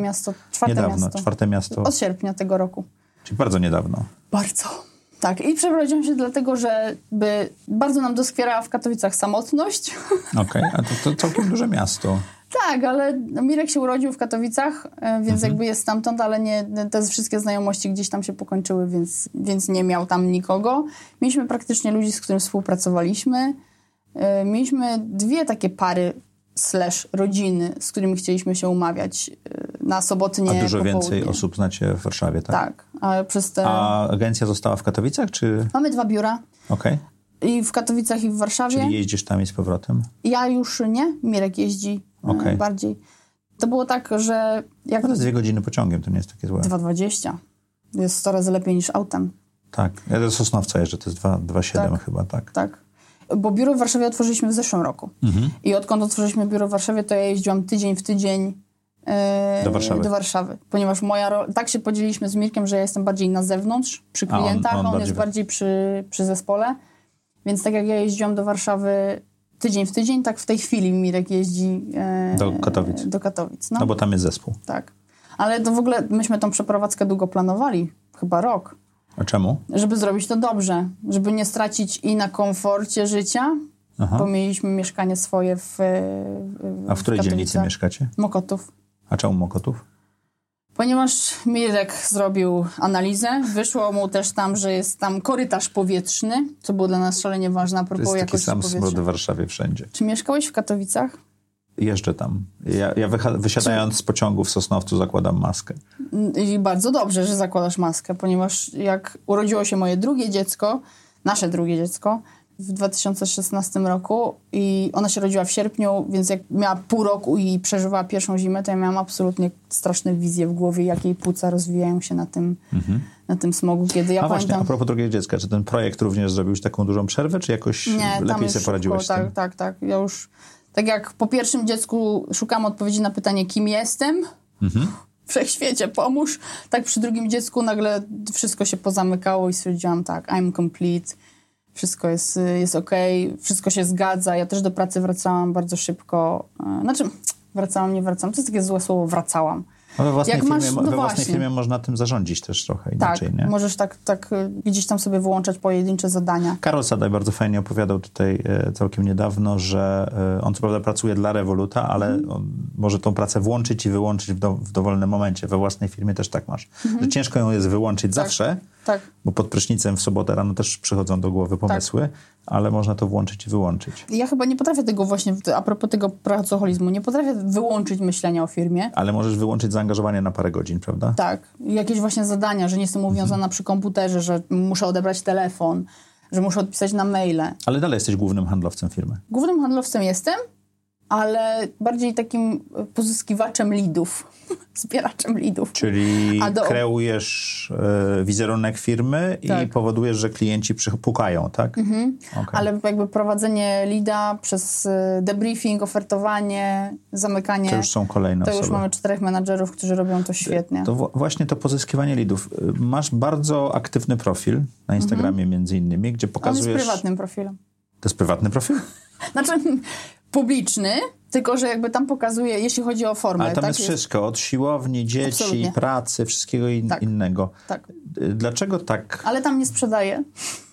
czwarte miasto. Od sierpnia tego roku. Czyli bardzo niedawno. Bardzo. Tak. I przeprowadziłam się dlatego, że bardzo nam doskwierała w Katowicach samotność. Okej, a to całkiem duże miasto. Tak, ale Mirek się urodził w Katowicach, więc jakby jest stamtąd, ale nie, te wszystkie znajomości gdzieś tam się pokończyły, więc nie miał tam nikogo. Mieliśmy praktycznie ludzi, z którymi współpracowaliśmy. Mieliśmy 2 takie pary / rodziny, z którymi chcieliśmy się umawiać na sobotnie A dużo popołudnie. więcej osób znacie w Warszawie, tak? Tak. A agencja została w Katowicach, czy... Mamy 2 biura. Okej. I w Katowicach, i w Warszawie. Czyli jeździsz tam i z powrotem? Ja już nie. Mirek jeździ bardziej. To było tak, że... To jest 2 godziny pociągiem, to nie jest takie złe. 2,20. Jest 100 razy lepiej niż autem. Tak. Ja do Sosnowca jeżdżę, to jest 2,7 chyba, tak? Tak. Bo biuro w Warszawie otworzyliśmy w zeszłym roku. I odkąd otworzyliśmy biuro w Warszawie, to ja jeździłam tydzień w tydzień do Warszawy. Ponieważ tak się podzieliliśmy z Mirkiem, że ja jestem bardziej na zewnątrz, przy klientach, a on jest bardziej przy zespole. Więc tak jak ja jeździłam do Warszawy tydzień w tydzień, tak w tej chwili Mirek jeździ do Katowic. No bo tam jest zespół. Tak. Ale to w ogóle myśmy tą przeprowadzkę długo planowali. Chyba rok. A czemu? Żeby zrobić to dobrze. Żeby nie stracić i na komforcie życia, bo mieliśmy mieszkanie swoje A w której dzielnicy mieszkacie? Mokotów. A czemu Mokotów? Ponieważ Mirek zrobił analizę, wyszło mu też tam, że jest tam korytarz powietrzny, co było dla nas szalenie ważne a propos jakości powietrza. To jest taki sam smród w Warszawie wszędzie. Czy mieszkałeś w Katowicach? Jeżdżę tam. Ja wysiadając z pociągu w Sosnowcu zakładam maskę. I bardzo dobrze, że zakładasz maskę, ponieważ jak urodziło się moje drugie dziecko, nasze drugie dziecko, w 2016 roku i ona się rodziła w sierpniu, więc jak miała pół roku i przeżywała pierwszą zimę, to ja miałam absolutnie straszne wizje w głowie, jak jej płuca rozwijają się na tym smogu, kiedy ja właśnie, a propos drugiego dziecka, czy ten projekt również zrobił taką dużą przerwę, czy jakoś lepiej sobie poradziłeś z tym? Tak. Ja już, tak jak po pierwszym dziecku szukałam odpowiedzi na pytanie, kim jestem, w wszechświecie pomóż, tak przy drugim dziecku nagle wszystko się pozamykało i stwierdziłam tak, I'm complete. Wszystko jest okej, wszystko się zgadza. Ja też do pracy wracałam bardzo szybko. Znaczy, nie wracałam. To jest takie złe słowo, wracałam. No we własnej firmie można tym zarządzić też trochę inaczej, tak, nie? Możesz tak gdzieś tam sobie wyłączać pojedyncze zadania. Karol Sadaj bardzo fajnie opowiadał tutaj całkiem niedawno, że on co prawda pracuje dla Revoluta, ale on może tą pracę włączyć i wyłączyć w dowolnym momencie. We własnej firmie też tak masz. Że ciężko ją jest wyłączyć zawsze, bo pod prysznicem w sobotę rano też przychodzą do głowy pomysły, ale można to włączyć i wyłączyć. Ja chyba nie potrafię tego właśnie, a propos tego pracoholizmu, nie potrafię wyłączyć myślenia o firmie. Ale możesz wyłączyć zaangażowanie na parę godzin, prawda? Tak. Jakieś właśnie zadania, że nie jestem uwiązana przy komputerze, że muszę odebrać telefon, że muszę odpisać na maile. Ale dalej jesteś głównym handlowcem firmy. Głównym handlowcem jestem, ale bardziej takim pozyskiwaczem leadów, zbieraczem leadów. Czyli kreujesz wizerunek firmy i powodujesz, że klienci pukają, tak? Okay. Ale jakby prowadzenie leada przez debriefing, ofertowanie, zamykanie. To już są kolejne osoby. To już mamy 4 menadżerów, którzy robią to świetnie. To właśnie to pozyskiwanie leadów. Masz bardzo aktywny profil na Instagramie między innymi, gdzie pokazujesz... On jest prywatnym profilem. To jest prywatny profil? Znaczy... publiczny, tylko że jakby tam pokazuje, jeśli chodzi o formę. Ale tam jest wszystko, od siłowni, dzieci, absolutnie. Pracy, wszystkiego innego. Tak. Dlaczego tak? Ale tam nie sprzedaję.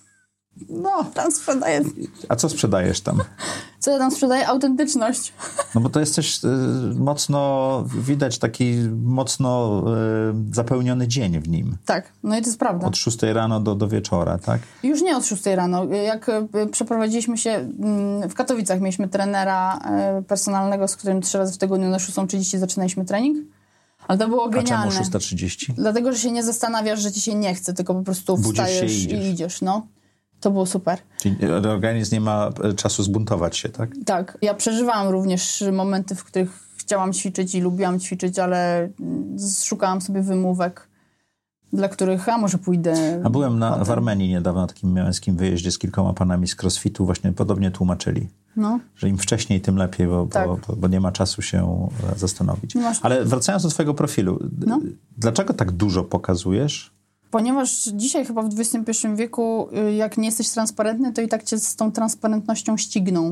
No, tam sprzedaję. A co sprzedajesz tam? Co ja tam sprzedaję? Autentyczność. No bo to jest też mocno, widać taki mocno zapełniony dzień w nim. Tak, no i to jest prawda. Od 6 rano do wieczora, tak? Już nie od 6 rano. Jak przeprowadziliśmy się w Katowicach, mieliśmy trenera personalnego, z którym 3 razy w tygodniu na 6:30 zaczynaliśmy trening. Ale to było genialne. A czemu 6:30? Dlatego, że się nie zastanawiasz, że ci się nie chce, tylko po prostu wstajesz i idziesz, no. To było super. Czyli organizm nie ma czasu zbuntować się, tak? Tak. Ja przeżywałam również momenty, w których chciałam ćwiczyć i lubiłam ćwiczyć, ale szukałam sobie wymówek, dla których, może pójdę... A byłem w Armenii niedawno na takim męskim wyjeździe z kilkoma panami z crossfitu, właśnie podobnie tłumaczyli. No. Że im wcześniej, tym lepiej, bo nie ma czasu się zastanowić. Ale wracając do twojego profilu, dlaczego tak dużo pokazujesz? Ponieważ dzisiaj chyba w XXI wieku, jak nie jesteś transparentny, to i tak cię z tą transparentnością ścigną.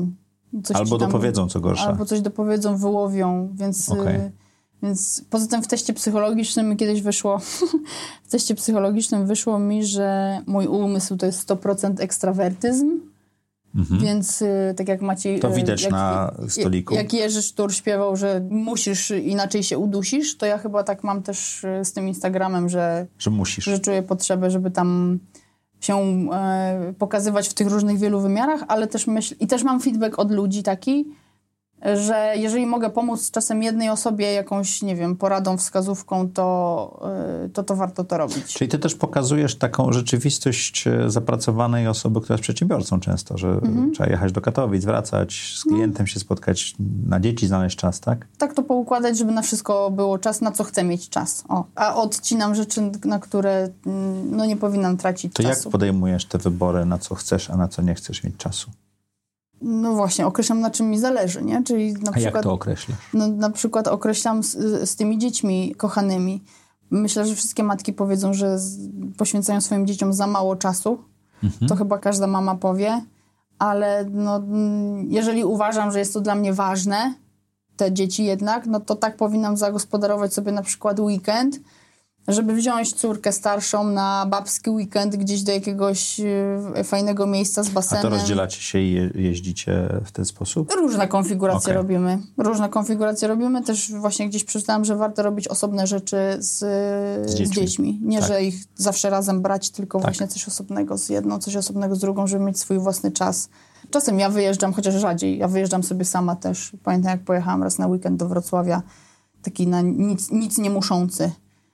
coś Albo ci tam, dopowiedzą, co gorsza. Albo coś dopowiedzą, wyłowią, więc... Okej. Więc poza tym w teście psychologicznym mi kiedyś wyszło, w teście psychologicznym wyszło mi, że mój umysł to jest 100% ekstrawertyzm, więc tak jak Maciej... To widać na stoliku. Jak Jerzy Sztur śpiewał, że musisz, inaczej się udusisz, to ja chyba tak mam też z tym Instagramem, że musisz. Że czuję potrzebę, żeby tam się pokazywać w tych różnych wielu wymiarach, ale też i też mam feedback od ludzi taki, że jeżeli mogę pomóc czasem jednej osobie jakąś, nie wiem, poradą, wskazówką, to warto to robić. Czyli ty też pokazujesz taką rzeczywistość zapracowanej osoby, która jest przedsiębiorcą często, że trzeba jechać do Katowic, wracać, z klientem się spotkać, na dzieci znaleźć czas, tak? Tak to poukładać, żeby na wszystko było czas, na co chcę mieć czas. A odcinam rzeczy, na które nie powinnam tracić to czasu. Jak podejmujesz te wybory, na co chcesz, a na co nie chcesz mieć czasu? No właśnie, określam, na czym mi zależy, nie? Czyli na przykład, jak to określasz? Na przykład określam z tymi dziećmi kochanymi. Myślę, że wszystkie matki powiedzą, że poświęcają swoim dzieciom za mało czasu. To chyba każda mama powie. Ale jeżeli uważam, że jest to dla mnie ważne, te dzieci jednak, no to tak powinnam zagospodarować sobie na przykład weekend, żeby wziąć córkę starszą na babski weekend gdzieś do jakiegoś fajnego miejsca z basenem. A to rozdzielacie się i jeździcie w ten sposób? Różne konfiguracje robimy. Różne konfiguracje robimy. Też właśnie gdzieś przeczytałam, że warto robić osobne rzeczy z dziećmi. Nie, że ich zawsze razem brać, tylko właśnie coś osobnego z jedną, coś osobnego z drugą, żeby mieć swój własny czas. Czasem ja wyjeżdżam, chociaż rzadziej. Ja wyjeżdżam sobie sama też. Pamiętam, jak pojechałam raz na weekend do Wrocławia, taki na nic nie muszący.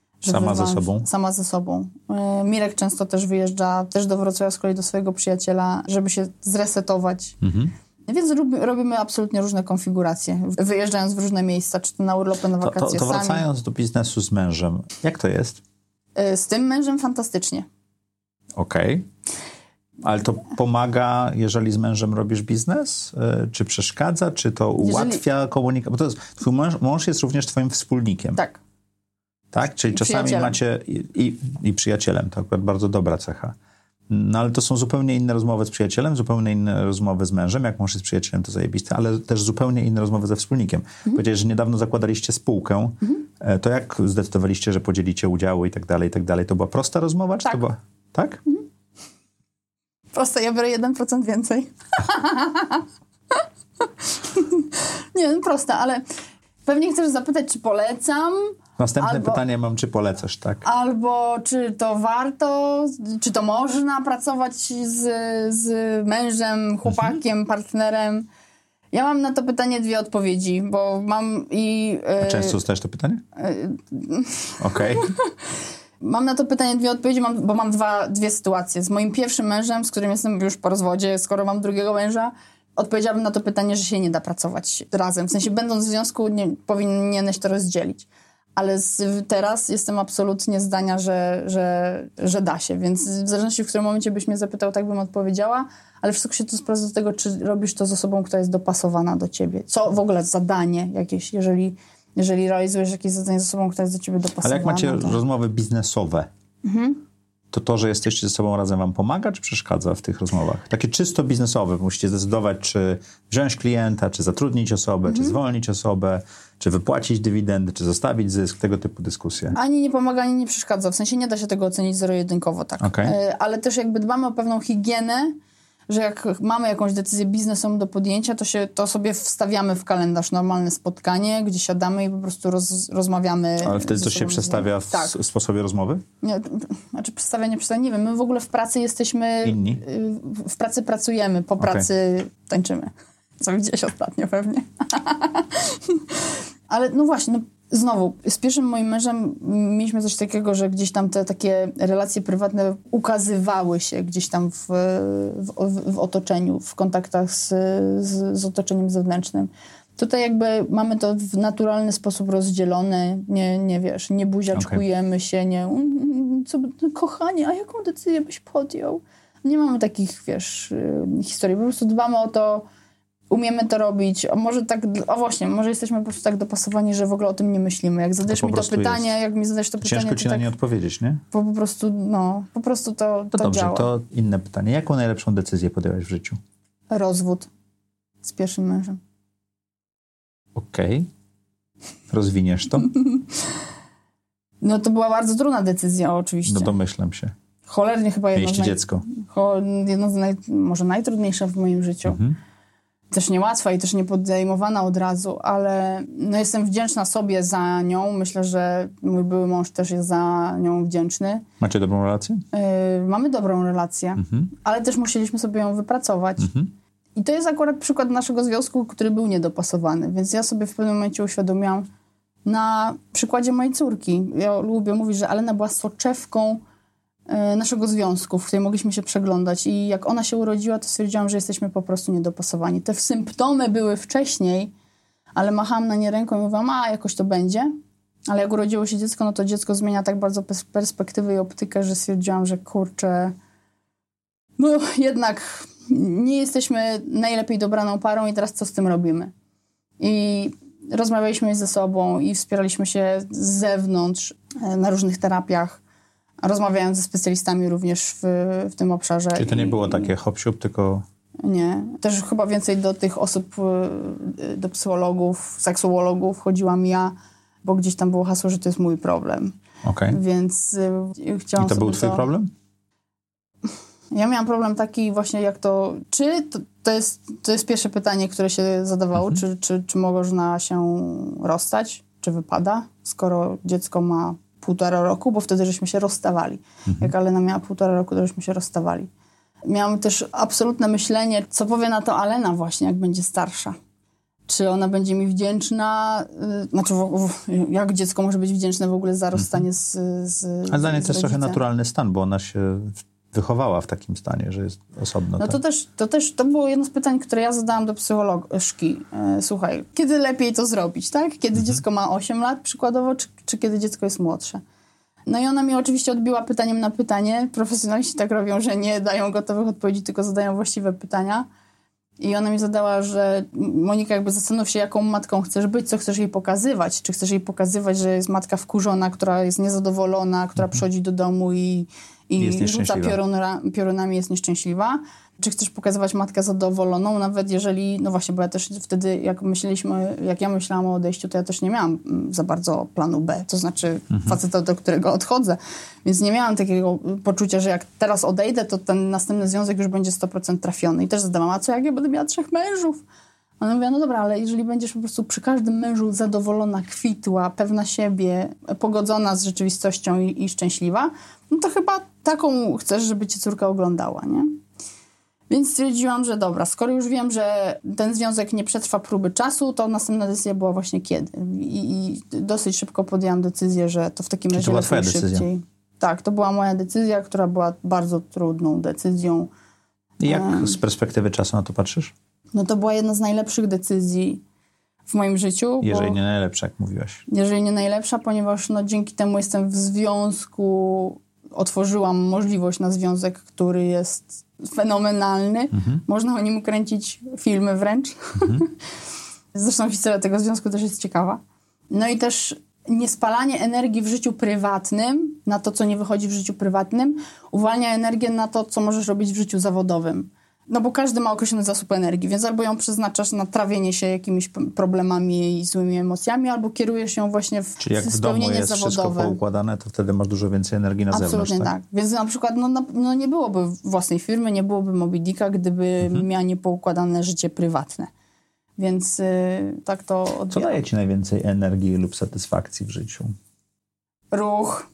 Sama ze sobą. Mirek często też wyjeżdża też do Wrocławia z kolei do swojego przyjaciela, żeby się zresetować. Więc robimy absolutnie różne konfiguracje. Wyjeżdżając w różne miejsca, czy to na urlopy, na wakacje to wracając do biznesu z mężem, jak to jest? Z tym mężem fantastycznie. Okej. Ale to pomaga, jeżeli z mężem robisz biznes? Czy przeszkadza? Czy to ułatwia komunikację? Bo to jest, twój mąż jest również twoim wspólnikiem. Tak? Czyli czasami macie i przyjacielem, to akurat bardzo dobra cecha. No ale to są zupełnie inne rozmowy z przyjacielem, zupełnie inne rozmowy z mężem. Jak mąż jest przyjacielem, to zajebiste, ale też zupełnie inne rozmowy ze wspólnikiem. Powiedziałeś, że niedawno zakładaliście spółkę. To jak zdecydowaliście, że podzielicie udziały i tak dalej, i tak dalej? To była prosta rozmowa? Czy tak. To była... Tak? Proste, ja biorę 1% więcej. Nie, proste, ale pewnie chcesz zapytać, czy polecam. Następne pytanie mam, czy polecasz, tak? Albo czy to warto, czy to można pracować z mężem, chłopakiem, partnerem. Ja mam na to pytanie 2 odpowiedzi, bo mam A często dostajesz to pytanie? Okej. Mam na to pytanie 2 odpowiedzi, bo mam dwie sytuacje. Z moim pierwszym mężem, z którym jestem już po rozwodzie, skoro mam drugiego męża, odpowiedziałabym na to pytanie, że się nie da pracować razem. W sensie, będąc w związku, powinieneś to rozdzielić. Ale teraz jestem absolutnie zdania, że da się. Więc w zależności, w którym momencie byś mnie zapytał, tak bym odpowiedziała. Ale wszystko się tu sprowadza do tego, czy robisz to z osobą, która jest dopasowana do ciebie. Co w ogóle zadanie jakieś, jeżeli realizujesz jakieś zadanie z osobą, która jest do ciebie dopasowana. Ale jak macie rozmowy biznesowe, to, że jesteście ze sobą razem wam pomaga, czy przeszkadza w tych rozmowach? Takie czysto biznesowe. Musicie zdecydować, czy wziąć klienta, czy zatrudnić osobę, czy zwolnić osobę, czy wypłacić dywidendy, czy zostawić zysk, tego typu dyskusje. Ani nie pomaga, ani nie przeszkadza. W sensie nie da się tego ocenić zero-jedynkowo, tak. Ale też jakby dbamy o pewną higienę, że jak mamy jakąś decyzję biznesową do podjęcia, to sobie wstawiamy w kalendarz normalne spotkanie, gdzie siadamy i po prostu rozmawiamy. Ale wtedy to się przestawia w sposobie rozmowy? Nie, znaczy przestawianie, nie wiem. My w ogóle w pracy jesteśmy... Inni? W pracy pracujemy, po pracy tańczymy. Co widziałeś ostatnio pewnie. Ale no właśnie, znowu, z pierwszym moim mężem mieliśmy coś takiego, że gdzieś tam te takie relacje prywatne ukazywały się gdzieś tam w otoczeniu, w kontaktach z otoczeniem zewnętrznym. Tutaj jakby mamy to w naturalny sposób rozdzielone, nie buziaczkujemy się, kochanie, a jaką decyzję byś podjął? Nie mamy takich, historii. Po prostu dbamy o to, umiemy to robić, może jesteśmy po prostu tak dopasowani, że w ogóle o tym nie myślimy. Jak zadajesz mi to pytanie, jak mi zadajesz to pytanie... Ciężko ci na nie odpowiedzieć, nie? Po prostu to dobrze, działa. to inne pytanie. Jaką najlepszą decyzję podjęłaś w życiu? Rozwód. z pierwszym mężem. Okej. Rozwiniesz to? No to była bardzo trudna decyzja oczywiście. No domyślam się. Cholernie chyba Mieliście dziecko. jedno z może najtrudniejsza w moim życiu. Też niełatwa i też nie podejmowana od razu, ale no jestem wdzięczna sobie za nią. Myślę, że mój były mąż też jest za nią wdzięczny. Macie dobrą relację? Mamy dobrą relację, ale też musieliśmy sobie ją wypracować. I to jest akurat przykład naszego związku, który był niedopasowany. Więc ja sobie w pewnym momencie uświadomiłam na przykładzie mojej córki. Ja lubię mówić, że Alena była soczewką naszego związku, w której mogliśmy się przeglądać. I jak ona się urodziła, to stwierdziłam, że jesteśmy po prostu niedopasowani. Te symptomy były wcześniej, ale machałam na nie ręką i mówiłam, jakoś to będzie. Ale jak urodziło się dziecko, no to dziecko zmienia tak bardzo perspektywę i optykę, że stwierdziłam, że kurczę, no jednak nie jesteśmy najlepiej dobraną parą i teraz co z tym robimy? I rozmawialiśmy ze sobą i wspieraliśmy się z zewnątrz na różnych terapiach, rozmawiając ze specjalistami również w tym obszarze. Czyli to nie było takie hop-siup, tylko... Nie. Też chyba więcej do tych osób, do psychologów, seksuologów chodziłam ja, bo gdzieś tam było hasło, że to jest mój problem. Okej. Więc chciałam. I to był twój problem? Ja miałam problem taki właśnie jak to... Czy to jest pierwsze pytanie, które się zadawało, czy można się rozstać, czy wypada, skoro dziecko ma 1,5 roku, bo wtedy żeśmy się rozstawali. Jak Alena miała 1,5 roku, to żeśmy się rozstawali. Miałam też absolutne myślenie, co powie na to Alena właśnie, jak będzie starsza. Czy ona będzie mi wdzięczna, jak dziecko może być wdzięczne w ogóle za rozstanie z Ale dla niej to jest trochę rodzicem. naturalny stan, bo ona się wychowała w takim stanie, że jest osobno. No to było jedno z pytań, które ja zadałam do psycholożki. Słuchaj, kiedy lepiej to zrobić, tak? Kiedy dziecko ma 8 lat przykładowo, czy kiedy dziecko jest młodsze? No i ona mi oczywiście odbiła pytaniem na pytanie. Profesjonaliści tak robią, że nie dają gotowych odpowiedzi, tylko zadają właściwe pytania. I ona mi zadała, że Monika, jakby zastanów się, jaką matką chcesz być, co chcesz jej pokazywać. Czy chcesz jej pokazywać, że jest matka wkurzona, która jest niezadowolona, która przychodzi do domu i rzuca piorunami, jest nieszczęśliwa. Czy chcesz pokazywać matkę zadowoloną, nawet jeżeli, no właśnie, bo ja też wtedy, jak ja myślałam o odejściu, to ja też nie miałam za bardzo planu B, to znaczy faceta, do którego odchodzę. Więc nie miałam takiego poczucia, że jak teraz odejdę, to ten następny związek już będzie 100% trafiony. I też zadałam, a co jak ja będę miała 3 mężów? Ona mówiła, no dobra, ale jeżeli będziesz po prostu przy każdym mężu zadowolona, kwitła, pewna siebie, pogodzona z rzeczywistością i szczęśliwa, no to chyba taką chcesz, żeby cię córka oglądała, nie? Więc stwierdziłam, że dobra, skoro już wiem, że ten związek nie przetrwa próby czasu, to następna decyzja była właśnie kiedy. I dosyć szybko podjęłam decyzję, że to w takim razie lepiej szybciej. Tak, to była moja decyzja, która była bardzo trudną decyzją. I jak z perspektywy czasu na to patrzysz? No to była jedna z najlepszych decyzji w moim życiu. Jeżeli nie najlepsza, jak mówiłaś. Jeżeli nie najlepsza, ponieważ dzięki temu jestem w związku, otworzyłam możliwość na związek, który jest fenomenalny. Można o nim kręcić filmy wręcz. Zresztą historia tego związku też jest ciekawa. No i też niespalanie energii w życiu prywatnym na to, co nie wychodzi w życiu prywatnym, uwalnia energię na to, co możesz robić w życiu zawodowym. No bo każdy ma określony zasób energii, więc albo ją przeznaczasz na trawienie się jakimiś problemami i złymi emocjami, albo kierujesz ją właśnie w Czyli jak w domu spełnienie jest zawodowe. Wszystko poukładane, to wtedy masz dużo więcej energii na zewnątrz. Absolutnie tak. Więc na przykład nie byłoby własnej firmy, nie byłoby Moby Dicka, gdyby miała niepoukładane życie prywatne. Więc tak to odbieram. Co daje ci najwięcej energii lub satysfakcji w życiu? Ruch.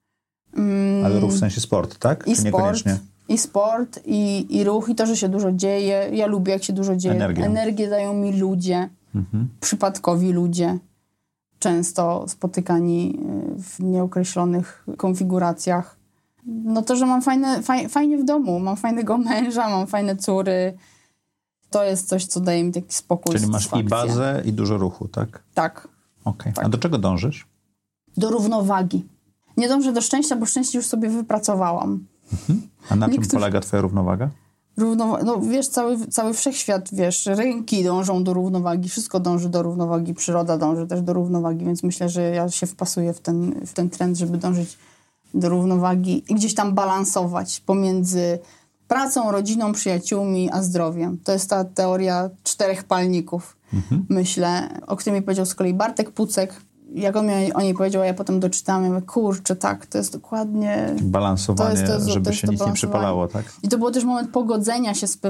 Ale ruch w sensie sport, tak? I czy niekoniecznie? I sport, i ruch, i to, że się dużo dzieje. Ja lubię, jak się dużo dzieje. Energię dają mi ludzie, przypadkowi ludzie, często spotykani w nieokreślonych konfiguracjach. No to, że mam fajnie w domu, mam fajnego męża, mam fajne córy. To jest coś, co daje mi taki spokój. Czyli masz i bazę, i dużo ruchu, tak? Tak. Okej. Tak. A do czego dążysz? Do równowagi. Nie dążę do szczęścia, bo szczęście już sobie wypracowałam. A na czym polega twoja równowaga? No wiesz, cały wszechświat, wiesz, rynki dążą do równowagi, wszystko dąży do równowagi, przyroda dąży też do równowagi, więc myślę, że ja się wpasuję w ten trend, żeby dążyć do równowagi i gdzieś tam balansować pomiędzy pracą, rodziną, przyjaciółmi, a zdrowiem. To jest ta teoria 4 palników, myślę, o której mi powiedział z kolei Bartek Pucek. Jak on mi o niej powiedział, a ja potem doczytałam, ja mówię, kurczę, tak, to jest dokładnie... Balansowanie, żeby się nic nie przypalało, tak? I to był też moment pogodzenia się z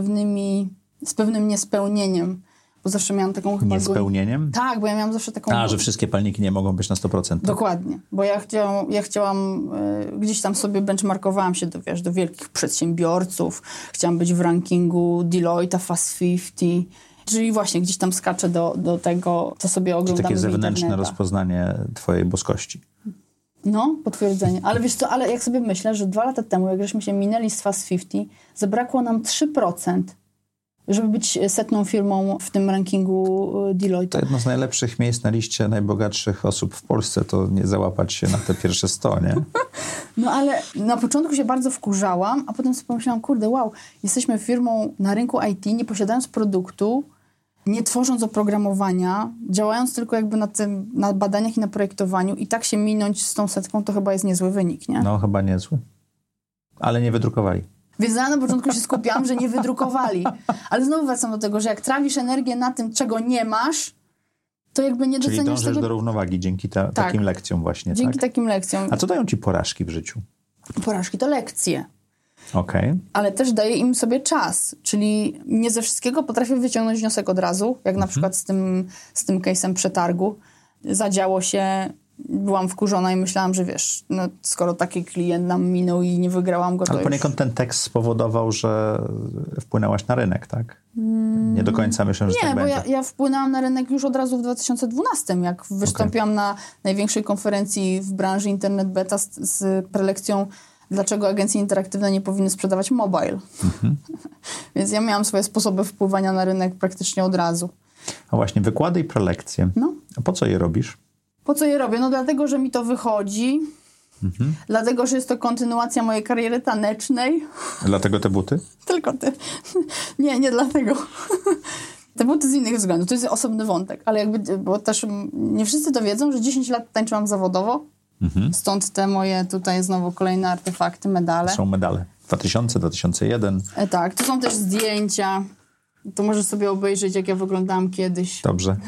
pewnym niespełnieniem. Bo zawsze miałam taką chyba... Niespełnieniem? Tak, bo ja miałam zawsze taką... że wszystkie palniki nie mogą być na 100%. Tak? Dokładnie. Bo ja chciałam gdzieś tam sobie benchmarkowałam się do wielkich przedsiębiorców. Chciałam być w rankingu Deloitte, Fast 50. Czyli właśnie gdzieś tam skaczę do tego, co sobie oglądamy. Takie zewnętrzne rozpoznanie twojej boskości. No, potwierdzenie. Ale wiesz co, ale jak sobie myślę, że 2 lata temu, jak żeśmy się minęli z Fast 50, zabrakło nam 3%, żeby być 100 firmą w tym rankingu Deloitte. To jedno z najlepszych miejsc na liście najbogatszych osób w Polsce, to nie załapać się na te pierwsze 100, nie? No ale na początku się bardzo wkurzałam, a potem sobie pomyślałam, kurde, wow, jesteśmy firmą na rynku IT, nie posiadając produktu, nie tworząc oprogramowania, działając tylko jakby na badaniach i na projektowaniu i tak się minąć z tą 100, to chyba jest niezły wynik, nie? No, chyba niezły. Ale nie wydrukowali. Więc ja na początku się skupiałam, że nie wydrukowali. Ale znowu wracam do tego, że jak trawisz energię na tym, czego nie masz, to jakby nie doceniasz tego... Czyli dążysz do równowagi dzięki takim lekcjom właśnie, dzięki takim lekcjom. A co dają ci porażki w życiu? Porażki to lekcje. Okej. Ale też daję im sobie czas. Czyli nie ze wszystkiego potrafię wyciągnąć wniosek od razu, jak na przykład z tym case'em przetargu. Zadziało się, byłam wkurzona i myślałam, że wiesz, no, skoro taki klient nam minął i nie wygrałam go, to Ale poniekąd ten tekst spowodował, że wpłynęłaś na rynek, tak? Nie do końca myślę, że tak będzie. Nie, bo ja wpłynęłam na rynek już od razu w 2012, jak wystąpiłam na największej konferencji w branży Internet Beta z prelekcją dlaczego agencje interaktywne nie powinny sprzedawać mobile. Więc ja miałam swoje sposoby wpływania na rynek praktycznie od razu. A właśnie, wykłady i prelekcje. No. A po co je robisz? Po co je robię? No dlatego, że mi to wychodzi. Dlatego, że jest to kontynuacja mojej kariery tanecznej. Dlatego te buty? Tylko ty. Nie dlatego. Te buty z innych względów. To jest osobny wątek. Ale jakby, bo też nie wszyscy to wiedzą, że 10 lat tańczyłam zawodowo. Stąd te moje tutaj znowu kolejne artefakty, medale. Są medale. 2000, 2001. Tak, to są też zdjęcia. To możesz sobie obejrzeć, jak ja wyglądałam kiedyś. Dobrze.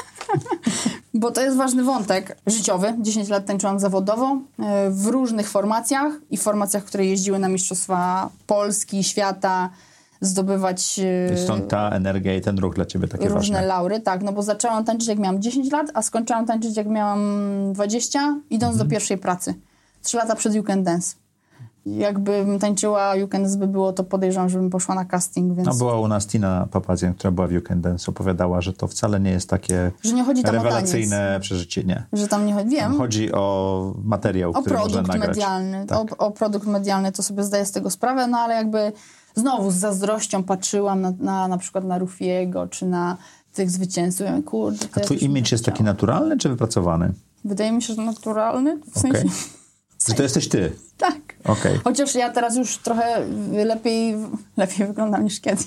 Bo to jest ważny wątek życiowy. 10 lat tańczyłam zawodowo w różnych formacjach i formacjach, które jeździły na mistrzostwa Polski, świata, zdobywać Stąd ta energia i ten ruch dla ciebie takie różne ważne. laury. Tak, no bo zaczęłam tańczyć, jak miałam 10 lat, a skończyłam tańczyć, jak miałam 20, idąc do pierwszej pracy. 3 lata przed You Can Dance. Jakbym tańczyła You Can Dance by było, to podejrzewam, żebym poszła na casting, więc... No była u nas Tina Papazian, która była w You Can Dance, opowiadała, że to wcale nie jest takie że nie chodzi tam rewelacyjne przeżycie, nie. Że tam nie chodzi, wiem. Tam chodzi o materiał, który można nagrać. Medialny. Tak. O produkt medialny, to sobie zdaję z tego sprawę, no ale jakby znowu z zazdrością patrzyłam na przykład na Rufiego, czy na tych zwycięzców. Ja, kurde, A twój imidż jest taki naturalny, czy wypracowany? Wydaje mi się, że naturalny. W sensie... Okay. Że to jesteś ty? Tak. Okay. Chociaż ja teraz już trochę lepiej wyglądam niż kiedyś.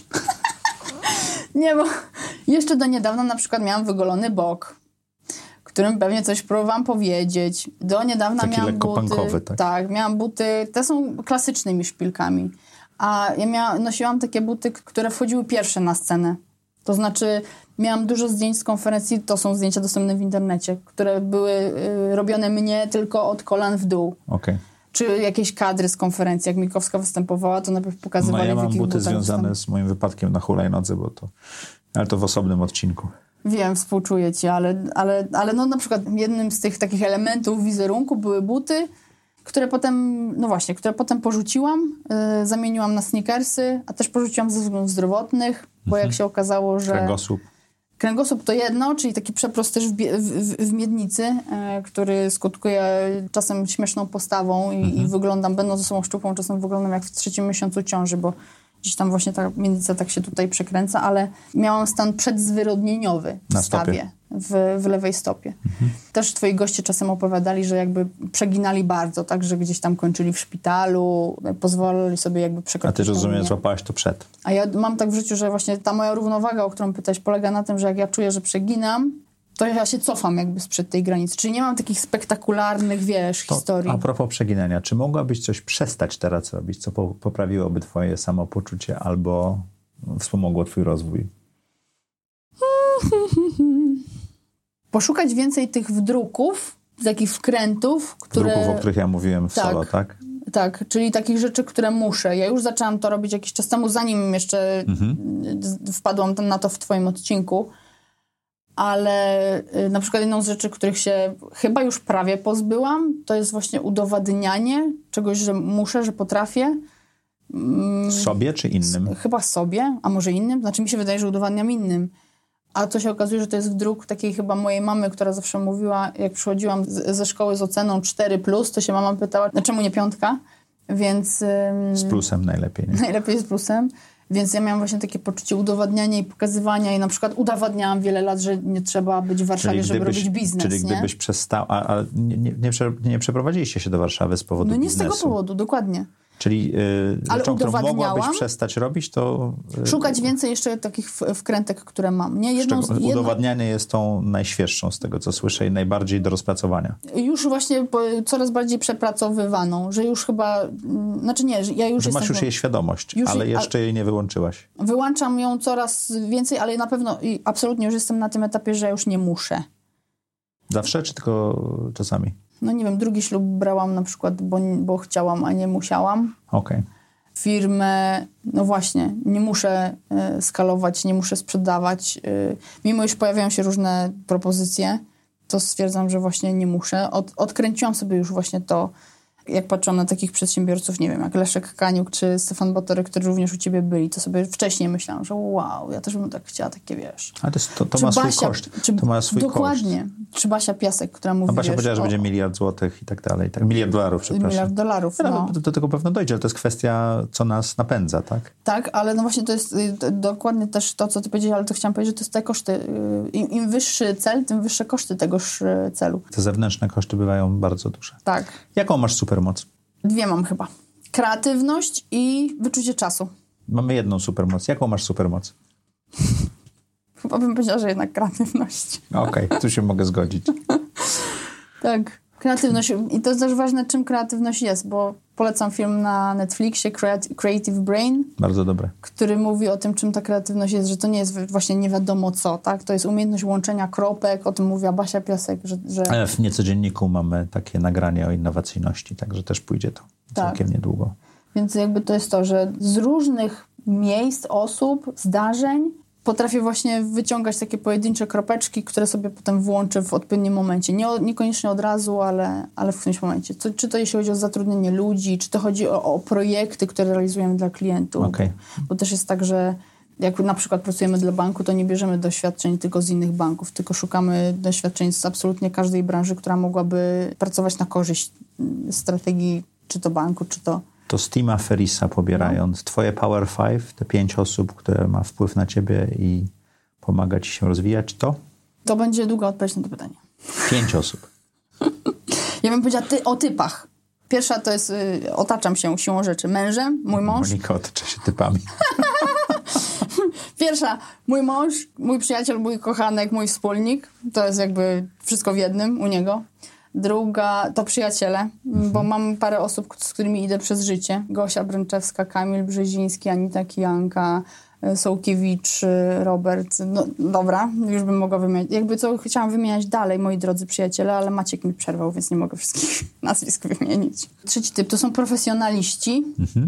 Nie, bo jeszcze do niedawna na przykład miałam wygolony bok, którym pewnie coś próbowałam powiedzieć. Do niedawna taki miałam lekko buty. punkowy, tak? Tak, miałam buty, te są klasycznymi szpilkami. A ja nosiłam takie buty, które wchodziły pierwsze na scenę. To znaczy miałam dużo zdjęć z konferencji, to są zdjęcia dostępne w internecie, które były robione mnie tylko od kolan w dół. Okay. Czy jakieś kadry z konferencji, jak Mikowska występowała, to najpierw pokazywali, ja w mam jakich buty butach związane z moim wypadkiem na hulajnodze, ale to w osobnym odcinku. Wiem, współczuję ci, ale no na przykład jednym z tych takich elementów wizerunku były buty, które potem porzuciłam, zamieniłam na sneakersy, a też porzuciłam ze względów zdrowotnych, bo jak się okazało, że... Kręgosłup to jedno, czyli taki przeprost też w miednicy, który skutkuje czasem śmieszną postawą i wyglądam, będąc osobą szczupłą, czasem wyglądam jak w 3. miesiącu ciąży, bo gdzieś tam właśnie ta miednica tak się tutaj przekręca, ale miałam stan przedzwyrodnieniowy w stawie, w lewej stopie. Też twoi goście czasem opowiadali, że jakby przeginali bardzo, tak, że gdzieś tam kończyli w szpitalu, pozwolili sobie jakby przekroczyć. A ty rozumiem, złapałaś to przed. A ja mam tak w życiu, że właśnie ta moja równowaga, o którą pytałeś, polega na tym, że jak ja czuję, że przeginam to ja się cofam jakby sprzed tej granicy. Czyli nie mam takich spektakularnych, historii. A propos przeginania, czy mogłabyś coś przestać teraz robić, co poprawiłoby twoje samopoczucie albo wspomogło twój rozwój? Poszukać więcej tych wdruków, takich wkrętów, które... Wdruków, o których ja mówiłem w solo, tak? Tak, czyli takich rzeczy, które muszę. Ja już zaczęłam to robić jakiś czas temu, zanim jeszcze wpadłam na to w twoim odcinku. Ale na przykład jedną z rzeczy, których się chyba już prawie pozbyłam, to jest właśnie udowadnianie czegoś, że muszę, że potrafię. Sobie czy innym? Chyba sobie, a może innym. Znaczy mi się wydaje, że udowadniam innym. A to się okazuje, że to jest wdruk takiej chyba mojej mamy, która zawsze mówiła, jak przychodziłam ze szkoły z oceną 4+, to się mama pytała, czemu nie 5? Więc... Z plusem najlepiej, nie? Najlepiej z plusem. Więc ja miałam właśnie takie poczucie udowadniania i pokazywania i na przykład udowadniałam wiele lat, że nie trzeba być w Warszawie, żeby robić biznes, czyli gdybyś przestał... A nie przeprowadziliście się do Warszawy z powodu biznesu? biznesu? No nie z tego powodu, dokładnie. Czyli rzeczą, którą mogłabyś przestać robić, to... Szukać więcej jeszcze takich wkrętek, które mam. Nie? Udowadnianie jest tą najświeższą z tego, co słyszę i najbardziej do rozpracowania. Już właśnie coraz bardziej przepracowywaną, że już chyba... Znaczy nie, że ja już że jestem... masz już jej świadomość, ale jeszcze jej nie wyłączyłaś. Wyłączam ją coraz więcej, ale na pewno i absolutnie już jestem na tym etapie, że ja już nie muszę. Zawsze, czy tylko czasami? No nie wiem, drugi ślub brałam na przykład, bo chciałam, a nie musiałam. Okej. Firmę, no właśnie, nie muszę skalować, nie muszę sprzedawać. Mimo iż pojawiają się różne propozycje, to stwierdzam, że właśnie nie muszę. Odkręciłam sobie już właśnie to, jak patrzyłam na takich przedsiębiorców, nie wiem, jak Leszek Kaniuk czy Stefan Botory, którzy również u ciebie byli, to sobie wcześniej myślałam, że wow, ja też bym tak chciała, takie wiesz. Ale to ma swój koszt. To ma swój dokładnie. koszt. Czy Basia Piasek, która mówi, Basia powiedziała, że będzie $1 miliard i tak dalej. Tak, $1 miliard, przepraszam. $1 miliard, no. Do tego pewno dojdzie, ale to jest kwestia, co nas napędza, tak? Tak, ale no właśnie to jest dokładnie też to, co ty powiedziałeś, ale to chciałam powiedzieć, że to jest te koszty. Im wyższy cel, tym wyższe koszty tegoż celu. Te zewnętrzne koszty bywają bardzo duże. Tak. Jaką masz supermoc? 2 mam chyba. Kreatywność i wyczucie czasu. Mamy jedną supermoc. Jaką masz supermoc? Chyba bym powiedziała, że jednak kreatywność. Okej, tu się mogę zgodzić. Tak, kreatywność. I to jest też ważne, czym kreatywność jest, bo polecam film na Netflixie Creative Brain. Bardzo dobre. Który mówi o tym, czym ta kreatywność jest, że to nie jest właśnie nie wiadomo co, tak? To jest umiejętność łączenia kropek, o tym mówiła Basia Piasek, że... W Niecodzienniku mamy takie nagranie o innowacyjności, także też pójdzie to całkiem niedługo. Więc jakby to jest to, że z różnych miejsc, osób, zdarzeń potrafię właśnie wyciągać takie pojedyncze kropeczki, które sobie potem włączę w odpowiednim momencie. Niekoniecznie od razu, ale w którymś momencie. Czy to jeśli chodzi o zatrudnienie ludzi, czy to chodzi o projekty, które realizujemy dla klientów. Okay. Bo też jest tak, że jak na przykład pracujemy dla banku, to nie bierzemy doświadczeń tylko z innych banków, tylko szukamy doświadczeń z absolutnie każdej branży, która mogłaby pracować na korzyść strategii czy to banku, czy to... To z Tima Ferrissa pobierając, twoje Power 5, te 5 osób, które ma wpływ na ciebie i pomaga ci się rozwijać, to? To będzie długa odpowiedź na to pytanie. 5 osób. Ja bym powiedziała o typach. Pierwsza to jest, otaczam się siłą rzeczy mężem, mój mąż. Monika otacza się typami. Pierwsza, mój mąż, mój przyjaciel, mój kochanek, mój wspólnik. To jest jakby wszystko w jednym u niego. Druga to przyjaciele, bo mam parę osób, z którymi idę przez życie. Gosia Bręczewska, Kamil Brzeziński, Anita Kijanka, Sołkiewicz, Robert. No dobra, już bym mogła wymieniać. Jakby co chciałam wymieniać dalej, moi drodzy przyjaciele, ale Maciek mi przerwał, więc nie mogę wszystkich nazwisk wymienić. Trzeci typ to są profesjonaliści.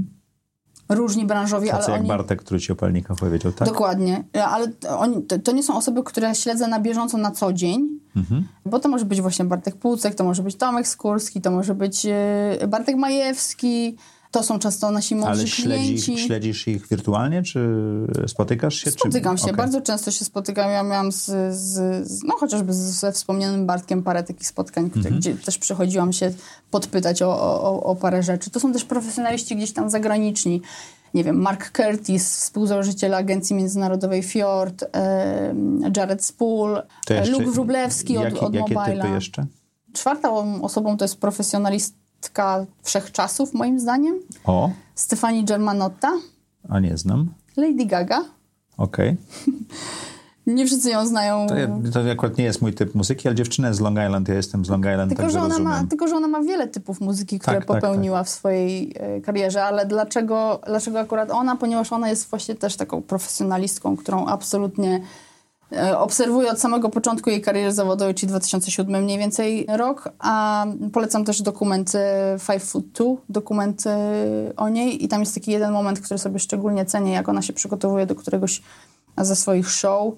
Różni branżowi, tacy ale jak oni... Bartek, który ci o palnikach powiedział, tak? Dokładnie, ale to nie są osoby, które śledzę na bieżąco na co dzień, bo to może być właśnie Bartek Pucek, to może być Tomek Skórski, to może być Bartek Majewski, to są często nasi mądrzy klienci. Ale śledzisz ich wirtualnie, czy spotykasz się? Spotykam się, bardzo często się spotykam. Ja miałam chociażby ze wspomnianym Bartkiem parę takich spotkań, gdzie też przychodziłam się podpytać o parę rzeczy. To są też profesjonaliści gdzieś tam zagraniczni. Nie wiem, Mark Curtis, współzałożyciel agencji międzynarodowej Fjord, Jared Spool, Luke Wróblewski od Mobile'a. Jakie typy jeszcze? Czwartą osobą to jest profesjonalistka wszechczasów, moim zdaniem. O? Stefani Germanotta. A nie znam. Lady Gaga. Okej. Nie wszyscy ją znają. To akurat nie jest mój typ muzyki, ale dziewczyna jest z Long Island, ja jestem z Long Island, także rozumiem. Tylko, że ona ma wiele typów muzyki, które popełniła w swojej karierze, ale dlaczego akurat ona? Ponieważ ona jest właśnie też taką profesjonalistką, którą absolutnie obserwuję od samego początku jej kariery zawodowej, czyli 2007 mniej więcej rok, a polecam też dokument 5'2", dokument o niej i tam jest taki jeden moment, który sobie szczególnie cenię, jak ona się przygotowuje do któregoś ze swoich show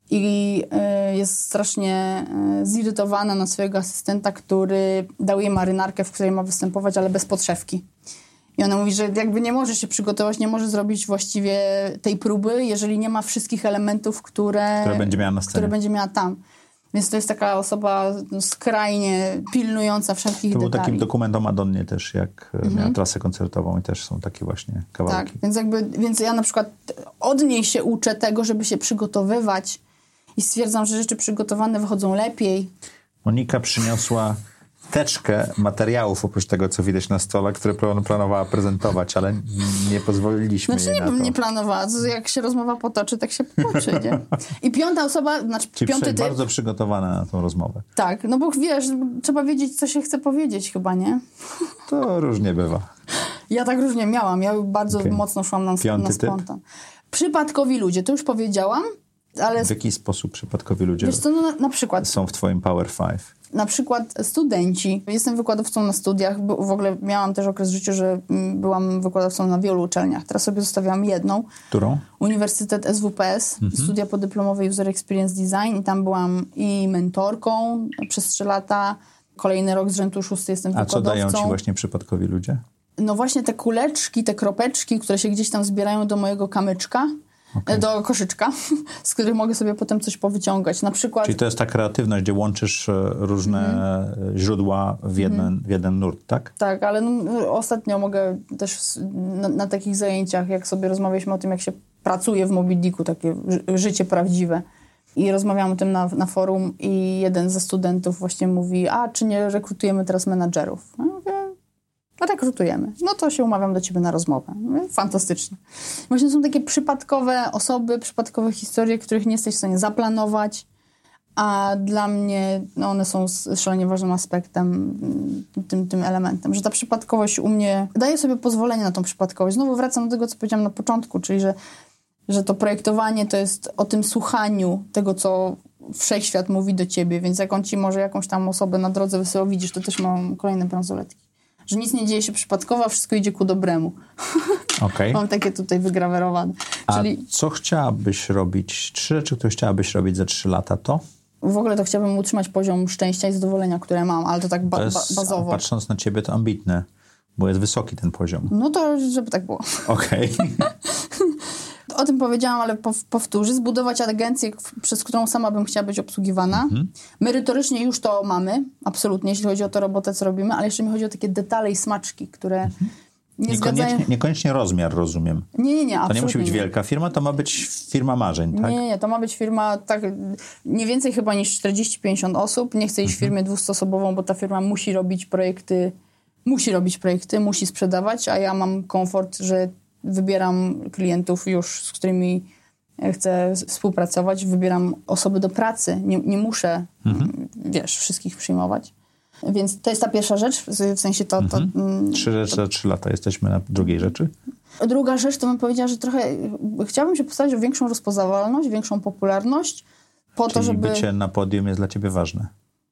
i jest strasznie zirytowana na swojego asystenta, który dał jej marynarkę, w której ma występować, ale bez podszewki. I ona mówi, że jakby nie może się przygotować, nie może zrobić właściwie tej próby, jeżeli nie ma wszystkich elementów, które będzie miała na scenie. Które będzie miała tam. Więc to jest taka osoba skrajnie pilnująca wszelkich detali. To był taki dokument o Madonnie też, jak miała trasę koncertową i też są takie właśnie kawałki. Tak, więc ja na przykład od niej się uczę tego, żeby się przygotowywać i stwierdzam, że rzeczy przygotowane wychodzą lepiej. Monika przyniosła teczkę materiałów, oprócz tego, co widać na stole, które planowała prezentować, ale nie pozwoliliśmy jej na to. Nie planowała. Jak się rozmowa potoczy, tak się potoczy, nie? I piąta osoba, Czyli piąty typ... bardzo przygotowana na tą rozmowę. Tak, no bo wiesz, trzeba wiedzieć, co się chce powiedzieć chyba, nie? To różnie bywa. Ja tak różnie miałam. Ja bardzo mocno szłam na spontan. Przypadkowi ludzie, to już powiedziałam, ale... W jaki sposób przypadkowi ludzie wiesz co, na przykład są w twoim Power 5? Na przykład studenci. Jestem wykładowcą na studiach. W ogóle miałam też okres w życiu, że byłam wykładowcą na wielu uczelniach. Teraz sobie zostawiam jedną. Którą? Uniwersytet SWPS, studia podyplomowe User Experience Design i tam byłam i mentorką przez 3 lata. Kolejny rok z rzędu 6 jestem wykładowcą. A co dają ci właśnie przypadkowi ludzie? No właśnie te kuleczki, te kropeczki, które się gdzieś tam zbierają do mojego kamyczka. Okay. Do koszyczka, z których mogę sobie potem coś powyciągać. Na przykład... Czyli to jest ta kreatywność, gdzie łączysz różne źródła w jeden nurt, tak? Tak, ale ostatnio mogę też na takich zajęciach, jak sobie rozmawialiśmy o tym, jak się pracuje w Moby Dicku, takie życie prawdziwe. I rozmawiałam o tym na forum i jeden ze studentów właśnie mówi, czy nie rekrutujemy teraz menadżerów? Ja mówię, rekrutujemy. No to się umawiam do ciebie na rozmowę. Fantastycznie. Właśnie są takie przypadkowe osoby, przypadkowe historie, których nie jesteś w stanie zaplanować, a dla mnie one są szalenie ważnym aspektem, tym elementem, że ta przypadkowość u mnie daje sobie pozwolenie na tą przypadkowość. Znowu wracam do tego, co powiedziałam na początku, czyli że to projektowanie to jest o tym słuchaniu tego, co wszechświat mówi do ciebie, więc jak on ci może jakąś tam osobę na drodze wysyła, widzisz, to też mam kolejne bransoletki. Że nic nie dzieje się przypadkowo, a wszystko idzie ku dobremu. Okay. Mam takie tutaj wygrawerowane. Czyli... co chciałabyś robić? 3 rzeczy, które chciałabyś robić za 3 lata, to? W ogóle to chciałabym utrzymać poziom szczęścia i zadowolenia, które mam, ale to tak bazowo. Patrząc na ciebie, to ambitne, bo jest wysoki ten poziom. No to, żeby tak było. Okej. O tym powiedziałam, ale powtórzę. Zbudować agencję, przez którą sama bym chciała być obsługiwana. Merytorycznie już to mamy, absolutnie, jeśli chodzi o tę robotę, co robimy, ale jeszcze mi chodzi o takie detale i smaczki, które Niekoniecznie rozmiar, rozumiem. Nie, absolutnie. To nie musi być wielka firma, to ma być firma marzeń, tak? Nie, to ma być firma tak nie więcej chyba niż 40-50 osób. Nie chcę iść w firmę 200-osobową, bo ta firma musi robić projekty, musi sprzedawać, a ja mam komfort, że wybieram klientów już, z którymi chcę współpracować, wybieram osoby do pracy. Nie muszę, wszystkich przyjmować. Więc to jest ta pierwsza rzecz, w sensie to... 3 rzeczy za 3 lata. Jesteśmy na drugiej rzeczy. Druga rzecz, to bym powiedziała, że trochę chciałabym się postawić o większą rozpoznawalność, większą popularność, po to, żeby... bycie na podium jest dla ciebie ważne?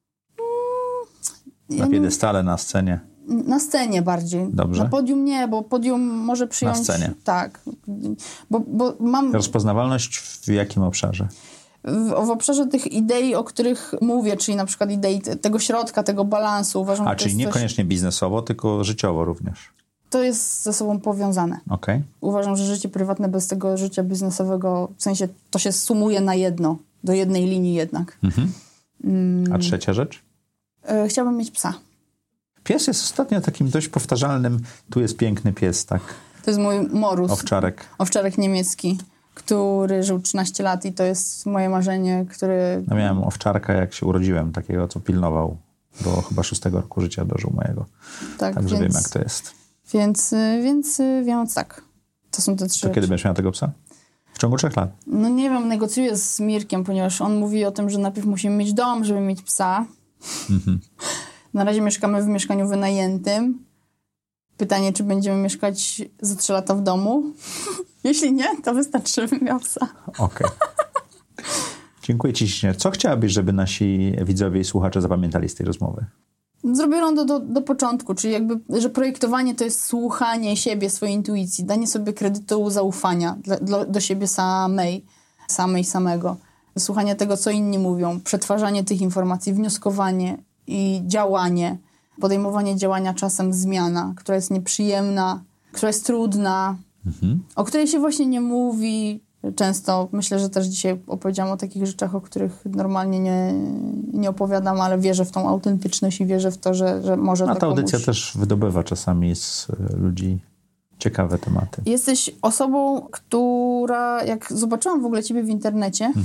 Na piedestale, na scenie? Na scenie bardziej. Dobrze. Na podium nie, bo podium może przyjąć... Na scenie. Tak. Bo mam... Rozpoznawalność w jakim obszarze? W obszarze tych idei, o których mówię, czyli na przykład idei tego środka, tego balansu. Uważam, że czyli niekoniecznie biznesowo, tylko życiowo również. To jest ze sobą powiązane. Okay. Uważam, że życie prywatne bez tego życia biznesowego, w sensie to się sumuje na jedno, do jednej linii jednak. A trzecia rzecz? Chciałabym mieć psa. Pies jest ostatnio takim dość powtarzalnym, tu jest piękny pies, tak? To jest mój Morus. Owczarek niemiecki, który żył 13 lat i to jest moje marzenie, które... Ja miałem owczarka, jak się urodziłem, takiego, co pilnował. Do chyba 6 roku życia dożył mojego. Także wiem, jak to jest. Więc tak. To są te 3 To kiedy będziesz miała tego psa? W ciągu 3 lat. No nie wiem, negocjuję z Mirkiem, ponieważ on mówi o tym, że najpierw musimy mieć dom, żeby mieć psa. Na razie mieszkamy w mieszkaniu wynajętym. Pytanie, czy będziemy mieszkać za 3 lata w domu? Jeśli nie, to wystarczy, żebym miał psa. Okej. Dziękuję ci ślicznie. Co chciałabyś, żeby nasi widzowie i słuchacze zapamiętali z tej rozmowy? Zrobię rondo do początku, czyli jakby, że projektowanie to jest słuchanie siebie, swojej intuicji, danie sobie kredytu zaufania do siebie samego. Słuchanie tego, co inni mówią, przetwarzanie tych informacji, wnioskowanie i działanie. Podejmowanie działania czasem zmiana, która jest nieprzyjemna, która jest trudna, o której się właśnie nie mówi. Często myślę, że też dzisiaj opowiedziałam o takich rzeczach, o których normalnie nie opowiadam, ale wierzę w tą autentyczność i wierzę w to, że może to ta audycja komuś... też wydobywa czasami z ludzi ciekawe tematy. Jesteś osobą, która... Jak zobaczyłam w ogóle ciebie w internecie,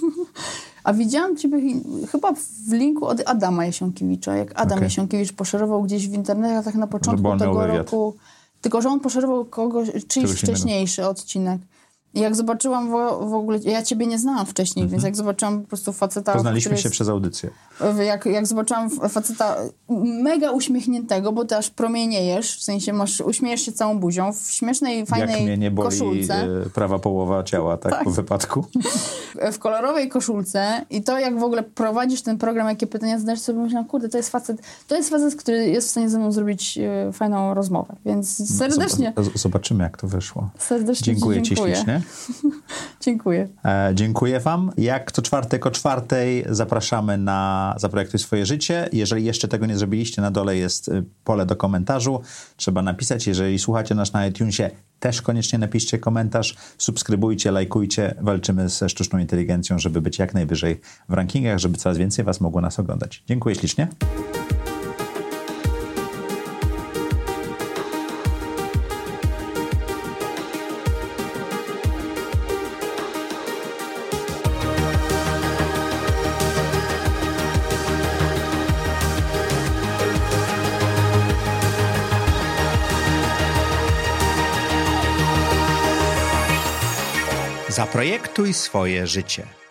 a widziałam ciebie chyba w linku od Adama Jasionkiewicza, jak Adam Jasionkiewicz poszerował gdzieś w internecie, a tak na początku tego roku... Tylko, że on poszerował czyjś wcześniejszy odcinek. I jak zobaczyłam w ogóle... Ja ciebie nie znałam wcześniej, więc jak zobaczyłam po prostu faceta... Poznaliśmy się przez audycję. Jak zobaczyłam faceta mega uśmiechniętego, bo ty aż promieniejesz, w sensie uśmiejesz się całą buzią, w śmiesznej, fajnej Jak mnie nie boli koszulce. Prawa połowa ciała, tak? Po wypadku. W kolorowej koszulce i to, jak w ogóle prowadzisz ten program, jakie pytania zadajesz sobie, myślałam, kurde, to jest facet, który jest w stanie ze mną zrobić fajną rozmowę, więc serdecznie... Zobaczymy, jak to wyszło. Serdecznie Dziękuję ci ślicznie. Dziękuję. Dziękuję wam. Jak co czwartek o 4:00 zapraszamy na Zaprojektuj swoje życie. Jeżeli jeszcze tego nie zrobiliście, na dole jest pole do komentarzu. Trzeba napisać. Jeżeli słuchacie nas na iTunesie, też koniecznie napiszcie komentarz. Subskrybujcie, lajkujcie. Walczymy ze sztuczną inteligencją, żeby być jak najwyżej w rankingach, żeby coraz więcej was mogło nas oglądać. Dziękuję ślicznie. Zaprojektuj swoje życie.